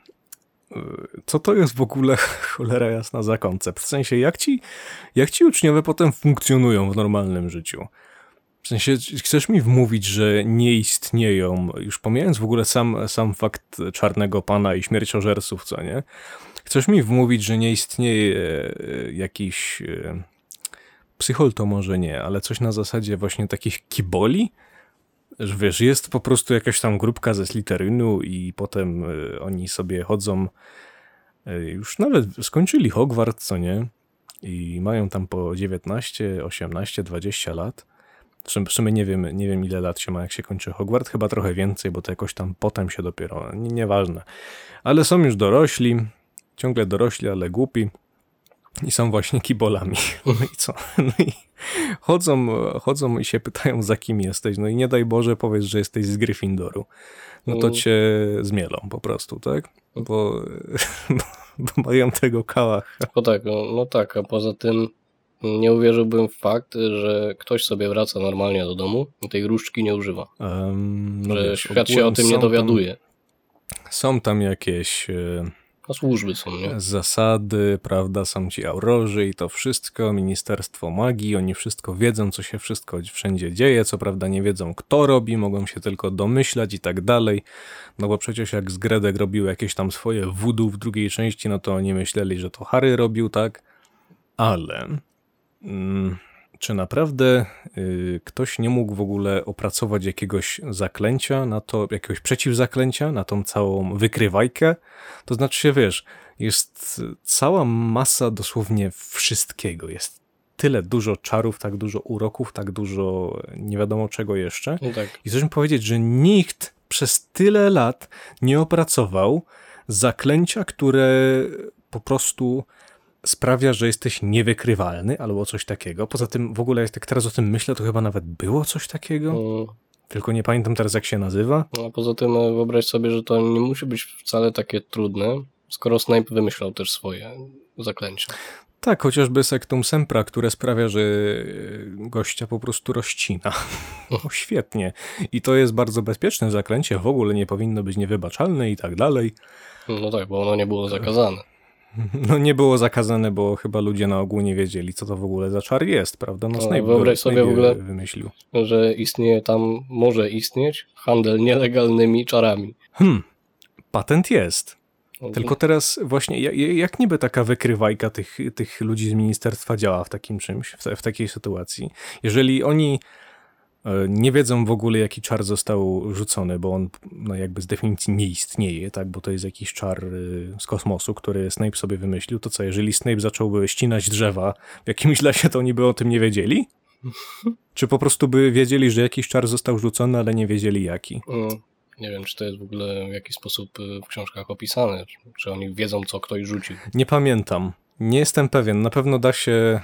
Co to jest w ogóle, cholera jasna, za koncept? W sensie, jak ci uczniowie potem funkcjonują w normalnym życiu? W sensie, chcesz mi wmówić, że nie istnieją, już pomijając w ogóle sam fakt Czarnego Pana i śmierciożerców, co nie? Chcesz mi wmówić, że nie istnieje jakiś... Psychol to może nie, ale coś na zasadzie właśnie takich kiboli? Że wiesz, jest po prostu jakaś tam grupka ze Slytherynu i potem oni sobie chodzą, już nawet skończyli Hogwart, co nie? I mają tam po 19, 18, 20 lat. W sumie nie wiem ile lat się ma, jak się kończy Hogwart, chyba trochę więcej, bo to jakoś tam potem się dopiero, nieważne. Ale są już dorośli, ciągle dorośli, ale głupi. I są właśnie kibolami. No i co? No i chodzą i się pytają, za kim jesteś. No i nie daj Boże, powiedz, że jesteś z Gryffindoru. No to cię zmielą po prostu, tak? Bo mają tego kałacha. O tak, no tak, a poza tym nie uwierzyłbym w fakt, że ktoś sobie wraca normalnie do domu i tej różdżki nie używa. No że wiesz, świat się o tym nie dowiaduje. Są tam jakieś... A służby są, nie? Zasady, prawda, są ci aurorzy i to wszystko, Ministerstwo Magii, oni wszystko wiedzą, co się wszystko wszędzie dzieje, co prawda nie wiedzą, kto robi, mogą się tylko domyślać i tak dalej, no bo przecież jak Zgredek robił jakieś tam swoje voodoo w drugiej części, no to oni myśleli, że to Harry robił, tak? Ale... Czy naprawdę ktoś nie mógł w ogóle opracować jakiegoś zaklęcia na to, jakiegoś przeciwzaklęcia na tą całą wykrywajkę? To znaczy się, wiesz, jest cała masa dosłownie wszystkiego. Jest tyle dużo czarów, tak dużo uroków, tak dużo nie wiadomo czego jeszcze. No tak. I chcesz mi powiedzieć, że nikt przez tyle lat nie opracował zaklęcia, które po prostu... sprawia, że jesteś niewykrywalny albo coś takiego. Poza tym w ogóle, jak teraz o tym myślę, to chyba nawet było coś takiego. Tylko nie pamiętam teraz, jak się nazywa. A poza tym wyobraź sobie, że to nie musi być wcale takie trudne, skoro Snape wymyślał też swoje zaklęcia. Tak, chociażby Sectum Sempra, które sprawia, że gościa po prostu rozcina. No świetnie. I to jest bardzo bezpieczne zaklęcie, w ogóle nie powinno być niewybaczalne i tak dalej. No tak, bo ono nie było zakazane. No nie było zakazane, bo chyba ludzie na ogół nie wiedzieli, co to w ogóle za czar jest, prawda? No Snape wyobraź sobie w ogóle, wymyślił. Że istnieje tam, może istnieć handel nielegalnymi czarami. Patent jest. Tylko teraz właśnie, jak niby taka wykrywajka tych ludzi z ministerstwa działa w takim czymś, w takiej sytuacji? Jeżeli oni nie wiedzą w ogóle, jaki czar został rzucony, bo on no jakby z definicji nie istnieje, tak? Bo to jest jakiś czar z kosmosu, który Snape sobie wymyślił, to co, jeżeli Snape zacząłby ścinać drzewa w jakimś lesie, to oni by o tym nie wiedzieli? Czy po prostu by wiedzieli, że jakiś czar został rzucony, ale nie wiedzieli jaki? Nie wiem, czy to jest w ogóle w jakiś sposób w książkach opisane, czy oni wiedzą, co ktoś rzucił. Nie pamiętam. Nie jestem pewien. Na pewno da się...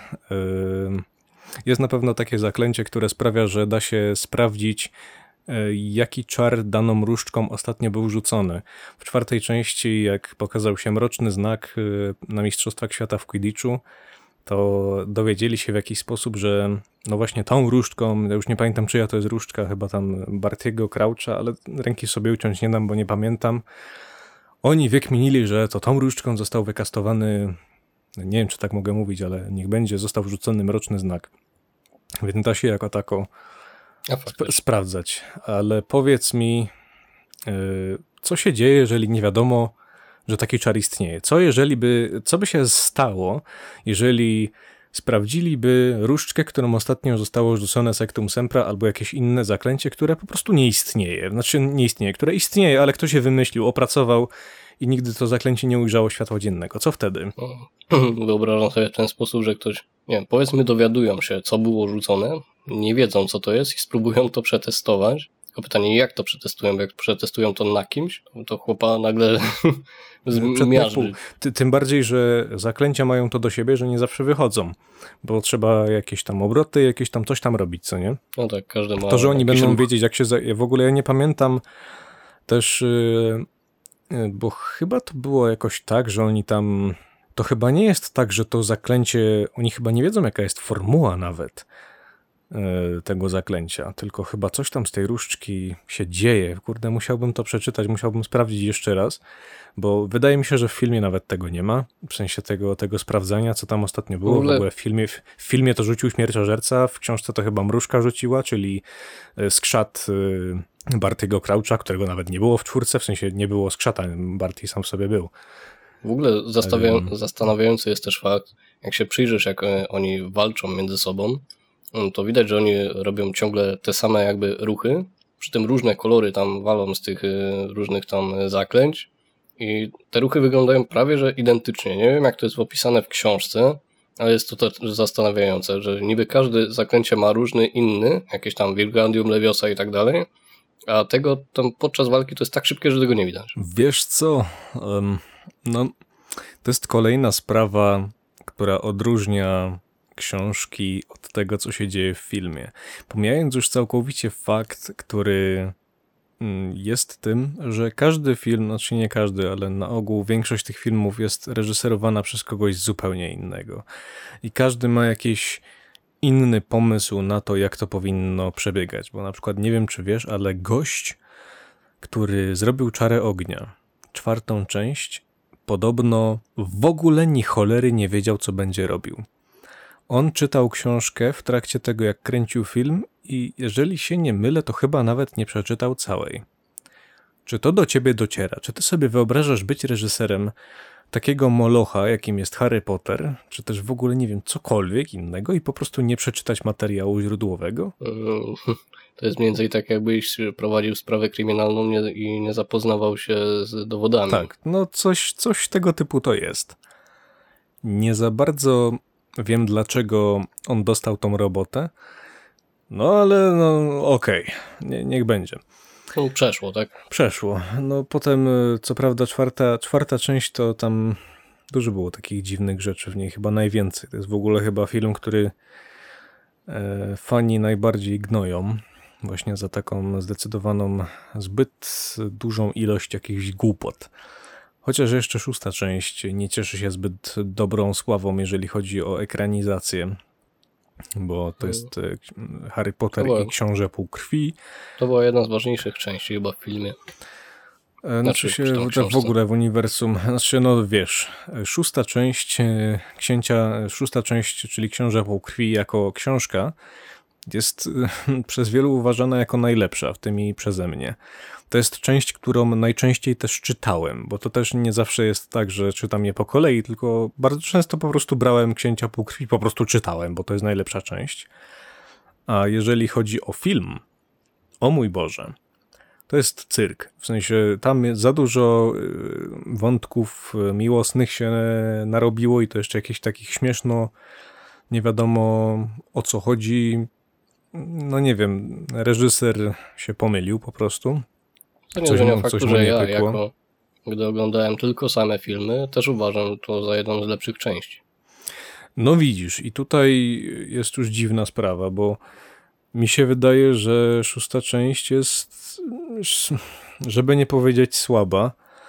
Jest na pewno takie zaklęcie, które sprawia, że da się sprawdzić, jaki czar daną różdżką ostatnio był rzucony. W 4. części, jak pokazał się mroczny znak na Mistrzostwach Świata w Quidditchu, to dowiedzieli się w jakiś sposób, że no właśnie tą różdżką, ja już nie pamiętam czyja to jest różdżka, chyba tam Bartiego Croucha, ale ręki sobie uciąć nie dam, bo nie pamiętam. Oni wykminili, że to tą różdżką został wykastowany, nie wiem czy tak mogę mówić, ale niech będzie, został wrzucony mroczny znak. Więc da się jako tako sprawdzać. Ale powiedz mi, co się dzieje, jeżeli nie wiadomo, że taki czar istnieje? Co by się stało, jeżeli sprawdziliby różdżkę, którą ostatnio zostało rzucone Sectum Sempra, albo jakieś inne zaklęcie, które po prostu nie istnieje. Znaczy nie istnieje, które istnieje, ale ktoś je wymyślił, opracował i nigdy to zaklęcie nie ujrzało światła dziennego. Co wtedy? Wyobrażam sobie w ten sposób, że ktoś, nie wiem, powiedzmy dowiadują się, co było rzucone, nie wiedzą, co to jest i spróbują to przetestować Tylko pytanie, jak to przetestują? Bo jak przetestują to na kimś, to chłopa nagle zmiażdży. Tym bardziej, że zaklęcia mają to do siebie, że nie zawsze wychodzą, bo trzeba jakieś tam obroty, jakieś tam coś tam robić, co nie? No tak, każdy ma To, że oni jakiś będą ruch. wiedzieć, jak się... W ogóle ja nie pamiętam też, bo chyba to było jakoś tak, że oni tam... To chyba nie jest tak, że to zaklęcie... Oni chyba nie wiedzą, jaka jest formuła nawet tego zaklęcia, tylko chyba coś tam z tej różdżki się dzieje. Kurde, musiałbym to przeczytać, musiałbym sprawdzić jeszcze raz, bo wydaje mi się, że w filmie nawet tego nie ma, w sensie tego sprawdzania, co tam ostatnio było. W ogóle w filmie to rzucił śmierciożerca, w książce to chyba mrużka rzuciła, czyli skrzat Bartiego Croucha, którego nawet nie było w czwórce, w sensie nie było skrzata, Barty sam w sobie był. W ogóle zastanawiający jest też fakt, jak się przyjrzysz, jak oni walczą między sobą, to widać, że oni robią ciągle te same jakby ruchy, przy tym różne kolory tam walą z tych różnych tam zaklęć i te ruchy wyglądają prawie że identycznie. Nie wiem, jak to jest opisane w książce, ale jest to też zastanawiające, że niby każde zaklęcie ma różny inny, jakieś tam Wingardium Leviosa i tak dalej, a tego tam podczas walki to jest tak szybkie, że tego nie widać. Wiesz co, no to jest kolejna sprawa, która odróżnia książki od tego, co się dzieje w filmie. Pomijając już całkowicie fakt, który jest tym, że każdy film, znaczy nie każdy, ale na ogół większość tych filmów jest reżyserowana przez kogoś zupełnie innego. I każdy ma jakiś inny pomysł na to, jak to powinno przebiegać. Bo na przykład nie wiem, czy wiesz, ale gość, który zrobił Czarę Ognia, 4. część, podobno w ogóle ni cholery nie wiedział, co będzie robił. On czytał książkę w trakcie tego, jak kręcił film i jeżeli się nie mylę, to chyba nawet nie przeczytał całej. Czy to do ciebie dociera? Czy ty sobie wyobrażasz być reżyserem takiego molocha, jakim jest Harry Potter, czy też w ogóle, nie wiem, cokolwiek innego i po prostu nie przeczytać materiału źródłowego? To jest mniej więcej tak, jakbyś prowadził sprawę kryminalną i nie zapoznawał się z dowodami. Tak, no coś tego typu to jest. Nie za bardzo wiem, dlaczego on dostał tą robotę, no ale no okej, niech będzie. No, przeszło, tak? Przeszło. No potem, co prawda, czwarta część to tam dużo było takich dziwnych rzeczy w niej, chyba najwięcej. To jest w ogóle chyba film, który fani najbardziej gnoją. Właśnie za taką zdecydowaną, zbyt dużą ilość jakichś głupot. Chociaż jeszcze 6. część nie cieszy się zbyt dobrą sławą, jeżeli chodzi o ekranizację. Bo to jest Harry Potter i Książę Półkrwi. To była jedna z ważniejszych części chyba w filmie. Znaczy się w ogóle w uniwersum, znaczy no wiesz, 6. część szósta część, czyli Książę Półkrwi jako książka jest przez wielu uważana jako najlepsza, w tym i przeze mnie. To jest część, którą najczęściej też czytałem, bo to też nie zawsze jest tak, że czytam je po kolei, tylko bardzo często po prostu brałem Księcia Półkrwi, po prostu czytałem, bo to jest najlepsza część. A jeżeli chodzi o film, o mój Boże, to jest cyrk. W sensie tam za dużo wątków miłosnych się narobiło i to jeszcze jakichś takich śmieszno, nie wiadomo o co chodzi. No nie wiem, reżyser się pomylił po prostu. To nie zmienia faktu, że ja gdy oglądałem tylko same filmy, też uważam to za jedną z lepszych części. No widzisz, i tutaj jest już dziwna sprawa, bo mi się wydaje, że 6. część jest, żeby nie powiedzieć słaba,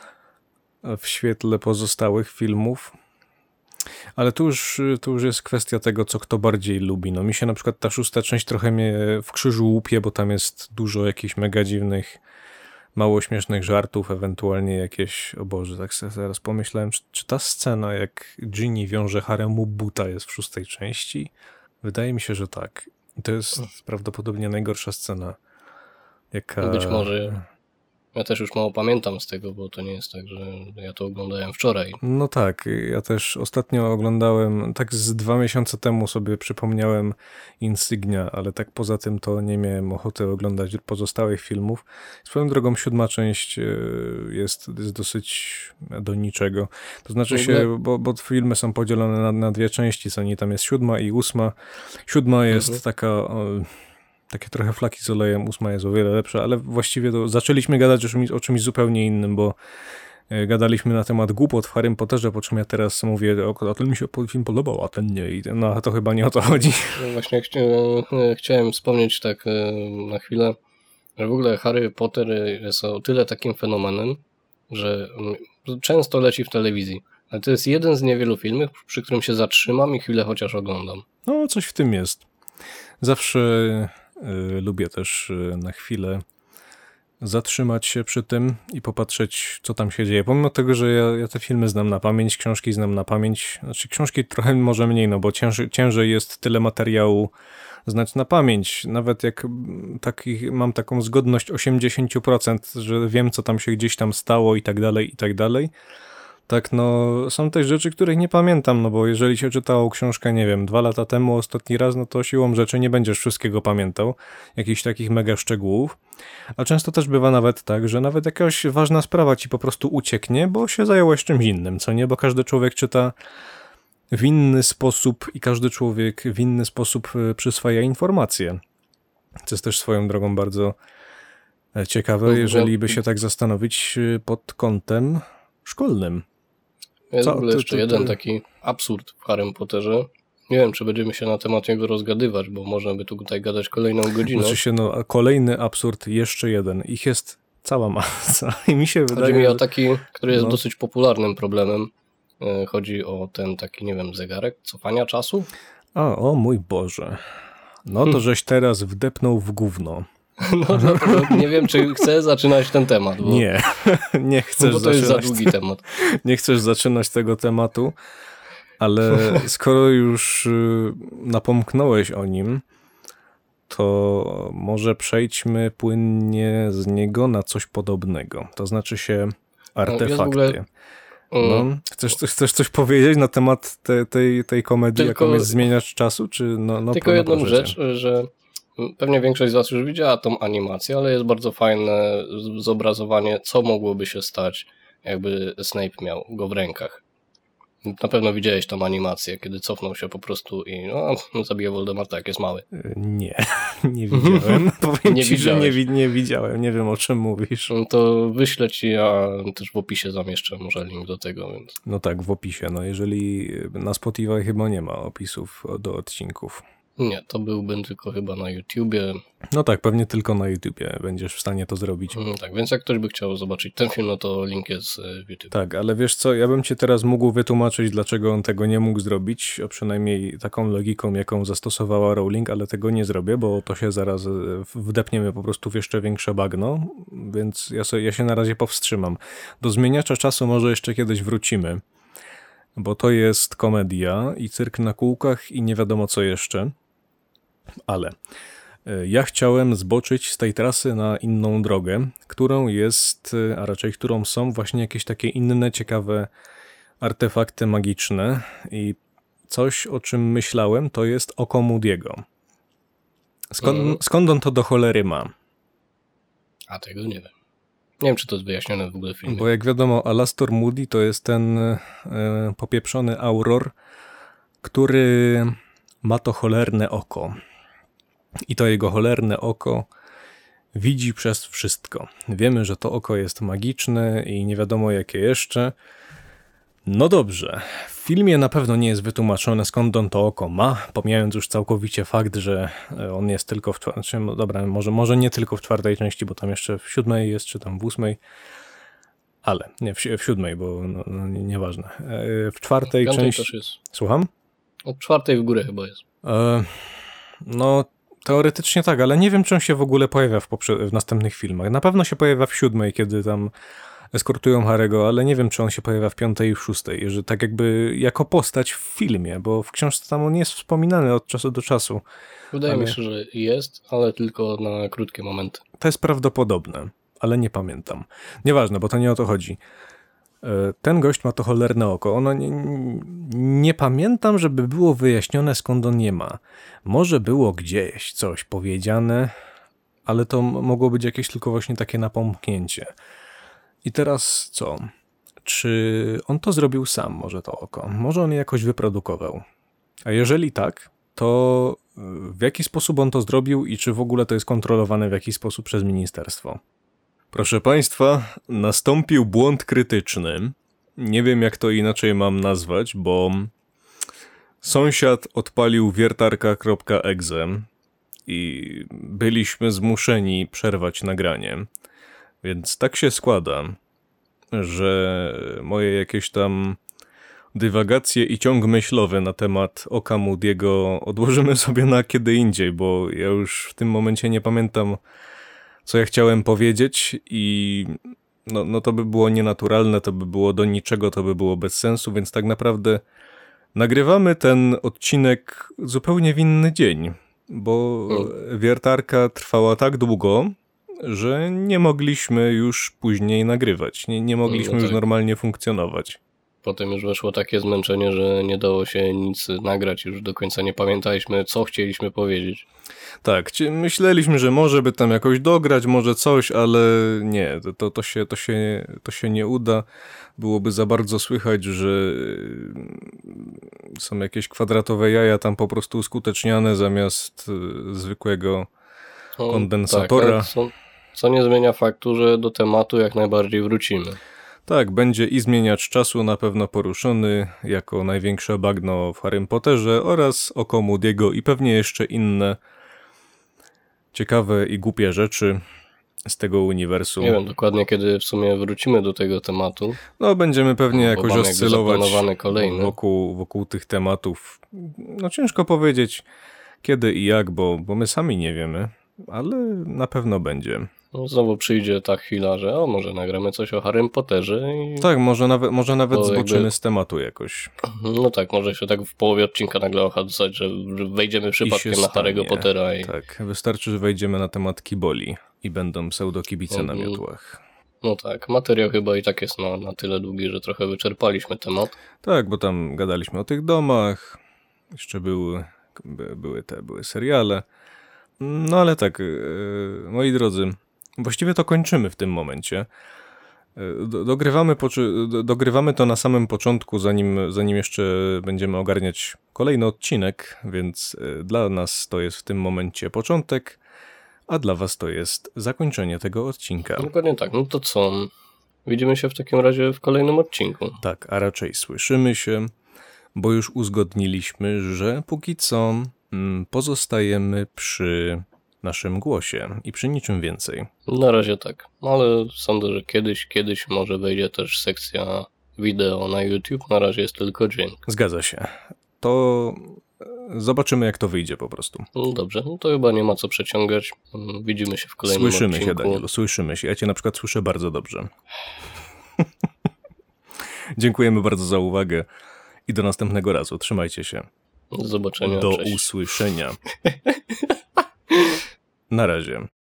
w świetle pozostałych filmów. Ale to już jest kwestia tego, co kto bardziej lubi. No mi się na przykład ta 6. część trochę mnie w krzyżu łupie, bo tam jest dużo jakichś mega dziwnych, mało śmiesznych żartów, ewentualnie jakieś, o Boże, tak sobie zaraz pomyślałem, czy ta scena, jak Ginny wiąże Haremu buta, jest w 6. części? Wydaje mi się, że tak. I to jest prawdopodobnie najgorsza scena, jaka... Być może... Ja też już mało pamiętam z tego, bo to nie jest tak, że ja to oglądałem wczoraj. No tak, ja też ostatnio oglądałem, tak z 2 miesiące temu sobie przypomniałem Insignia, ale tak poza tym to nie miałem ochoty oglądać pozostałych filmów. Swoją drogą 7. część jest dosyć do niczego. To znaczy się, bo filmy są podzielone na 2 części, co nie, tam jest 7. i 8. 7. jest takie trochę flaki z olejem, 8 jest o wiele lepsza, ale właściwie to zaczęliśmy gadać o czymś zupełnie innym, bo gadaliśmy na temat głupot w Harrym Potterze, po czym ja teraz mówię, a ten mi się film podobał, a ten nie. No to chyba nie o to chodzi. No właśnie chciałem wspomnieć tak na chwilę, że w ogóle Harry Potter jest o tyle takim fenomenem, że często leci w telewizji. Ale to jest jeden z niewielu filmów, przy którym się zatrzymam i chwilę chociaż oglądam. No, coś w tym jest. Zawsze lubię też na chwilę zatrzymać się przy tym i popatrzeć, co tam się dzieje. Pomimo tego, że ja te filmy znam na pamięć, książki znam na pamięć. Znaczy książki trochę może mniej, no bo ciężej jest tyle materiału znać na pamięć. Nawet jak mam taką zgodność 80%, że wiem, co tam się gdzieś tam stało i tak dalej, i tak dalej. Tak, no są też rzeczy, których nie pamiętam, no bo jeżeli się czytało książkę, nie wiem, 2 lata temu ostatni raz, no to siłą rzeczy nie będziesz wszystkiego pamiętał, jakichś takich mega szczegółów, a często też bywa nawet tak, że nawet jakaś ważna sprawa ci po prostu ucieknie, bo się zająłeś czymś innym, co nie, bo każdy człowiek czyta w inny sposób i każdy człowiek w inny sposób przyswaja informacje, co jest też swoją drogą bardzo ciekawe, jeżeli by się tak zastanowić pod kątem szkolnym. Jest w ogóle jeszcze jeden taki absurd w Harrym Potterze. Nie wiem, czy będziemy się na temat jego rozgadywać, bo można by tutaj gadać kolejną godzinę. Znaczy się, no, kolejny absurd, jeszcze jeden. Ich jest cała masa i mi się wydaje... Chodzi mi o taki, który jest dosyć popularnym problemem. Chodzi o ten taki, nie wiem, zegarek cofania czasu. O mój Boże. No to żeś teraz wdepnął w gówno. No to nie wiem, czy chcę zaczynać ten temat. Bo, nie chcesz bo to jest za długi temat. Nie chcesz zaczynać tego tematu, ale skoro już napomknąłeś o nim, to może przejdźmy płynnie z niego na coś podobnego. To znaczy się artefakty. No, chcesz coś powiedzieć na temat tej komedii, jaką jest Zmieniacz Czasu? Czy tylko jedną rzecz, że pewnie większość z was już widziała tą animację, ale jest bardzo fajne zobrazowanie, co mogłoby się stać, jakby Snape miał go w rękach. Na pewno widziałeś tą animację, kiedy cofnął się po prostu i zabija Voldemorta, jak jest mały. Nie widziałem. Powiem nie ci, że nie widziałem. Nie wiem, o czym mówisz. No to wyślę ci, a też w opisie zamieszczę może link do tego. Więc... No tak, w opisie. No jeżeli na Spotify chyba nie ma opisów do odcinków. Nie, to byłbym tylko chyba na YouTubie. No tak, pewnie tylko na YouTubie będziesz w stanie to zrobić. Tak, więc jak ktoś by chciał zobaczyć ten film, no to link jest w YouTube. Tak, ale wiesz co, ja bym ci teraz mógł wytłumaczyć, dlaczego on tego nie mógł zrobić, a przynajmniej taką logiką, jaką zastosowała Rowling, ale tego nie zrobię, bo to się zaraz wdepniemy po prostu w jeszcze większe bagno, więc ja się na razie powstrzymam. Do Zmieniacza Czasu może jeszcze kiedyś wrócimy, bo to jest komedia i cyrk na kółkach i nie wiadomo co jeszcze. Ale ja chciałem zboczyć z tej trasy na inną drogę, którą jest, a raczej którą są właśnie jakieś takie inne ciekawe artefakty magiczne i coś, o czym myślałem, to jest oko Moody'ego. Skąd on to do cholery ma? A tego nie wiem. Nie wiem, czy to jest wyjaśnione w ogóle w filmie. Bo jak wiadomo, Alastor Moody to jest ten popieprzony auror, który ma to cholerne oko. I to jego cholerne oko widzi przez wszystko. Wiemy, że to oko jest magiczne i nie wiadomo jakie jeszcze. No dobrze, w filmie na pewno nie jest wytłumaczone, skąd on to oko ma, pomijając już całkowicie fakt, że on jest tylko w czwartej, no dobra, może nie tylko w 4. części, bo tam jeszcze w 7 jest, czy tam w 8, ale nie, w 7, bo nieważne. W 4. części... też jest. Słucham? Od 4 w górę chyba jest. No, teoretycznie tak, ale nie wiem, czy on się w ogóle pojawia w następnych filmach. Na pewno się pojawia w 7, kiedy tam eskortują Harry'ego, ale nie wiem, czy on się pojawia w 5 i w 6, że tak jakby jako postać w filmie, bo w książce tam on jest wspominany od czasu do czasu. Wydaje mi się, że jest, ale tylko na krótkie momenty. To jest prawdopodobne, ale nie pamiętam. Nieważne, bo to nie o to chodzi. Ten gość ma to cholerne oko. Ono nie pamiętam, żeby było wyjaśnione, skąd on je ma. Może było gdzieś coś powiedziane, ale to mogło być jakieś tylko właśnie takie napomknięcie. I teraz co? Czy on to zrobił sam, może to oko? Może on je jakoś wyprodukował? A jeżeli tak, to w jaki sposób on to zrobił i czy w ogóle to jest kontrolowane w jakiś sposób przez ministerstwo. Proszę Państwa, nastąpił błąd krytyczny. Nie wiem, jak to inaczej mam nazwać, bo sąsiad odpalił wiertarka.exe i byliśmy zmuszeni przerwać nagranie. Więc tak się składa, że moje jakieś tam dywagacje i ciąg myślowy na temat Oka Moody'ego odłożymy sobie na kiedy indziej, bo ja już w tym momencie nie pamiętam, co ja chciałem powiedzieć i no to by było nienaturalne, to by było do niczego, to by było bez sensu, więc tak naprawdę nagrywamy ten odcinek zupełnie w inny dzień, bo wiertarka trwała tak długo, że nie mogliśmy już później nagrywać, nie mogliśmy już normalnie funkcjonować. Potem już weszło takie zmęczenie, że nie dało się nic nagrać, już do końca nie pamiętaliśmy, co chcieliśmy powiedzieć. Tak, myśleliśmy, że może by tam jakoś dograć, może coś, ale nie, to się nie uda. Byłoby za bardzo słychać, że są jakieś kwadratowe jaja tam po prostu uskuteczniane zamiast zwykłego kondensatora. Tak, co nie zmienia faktu, że do tematu jak najbardziej wrócimy. Tak, będzie i zmieniacz czasu na pewno poruszony jako największe bagno w Harrym Potterze oraz Oko Moody'ego i pewnie jeszcze inne ciekawe i głupie rzeczy z tego uniwersum. Nie wiem dokładnie, kiedy w sumie wrócimy do tego tematu. No, będziemy pewnie jakoś oscylować wokół tych tematów. No, ciężko powiedzieć kiedy i jak, bo my sami nie wiemy, ale na pewno będzie. No, znowu przyjdzie ta chwila, że może nagramy coś o Harrym Potterze. Tak, może nawet zboczymy z tematu jakoś. No tak, może się tak w połowie odcinka nagle okazać, że wejdziemy przypadkiem na Harry'ego Pottera. Tak, wystarczy, że wejdziemy na temat kiboli i będą pseudokibice na miotłach. No tak, materiał chyba i tak jest na tyle długi, że trochę wyczerpaliśmy temat. Tak, bo tam gadaliśmy o tych domach, jeszcze były seriale. No ale tak, moi drodzy, właściwie to kończymy w tym momencie. Dogrywamy to na samym początku, zanim jeszcze będziemy ogarniać kolejny odcinek, więc dla nas to jest w tym momencie początek, a dla was to jest zakończenie tego odcinka. Dokładnie tak, no to co? Widzimy się w takim razie w kolejnym odcinku. Tak, a raczej słyszymy się, bo już uzgodniliśmy, że póki co pozostajemy przy naszym głosie i przy niczym więcej. Na razie tak, ale sądzę, że kiedyś może wejdzie też sekcja wideo na YouTube, na razie jest tylko dźwięk. Zgadza się. To zobaczymy, jak to wyjdzie po prostu. No dobrze, no to chyba nie ma co przeciągać. Widzimy się w kolejnym odcinku. Słyszymy się, Danielu, słyszymy się. Ja cię na przykład słyszę bardzo dobrze. Dziękujemy bardzo za uwagę i do następnego razu. Trzymajcie się. Do zobaczenia. Do Cześć. usłyszenia. Na razie.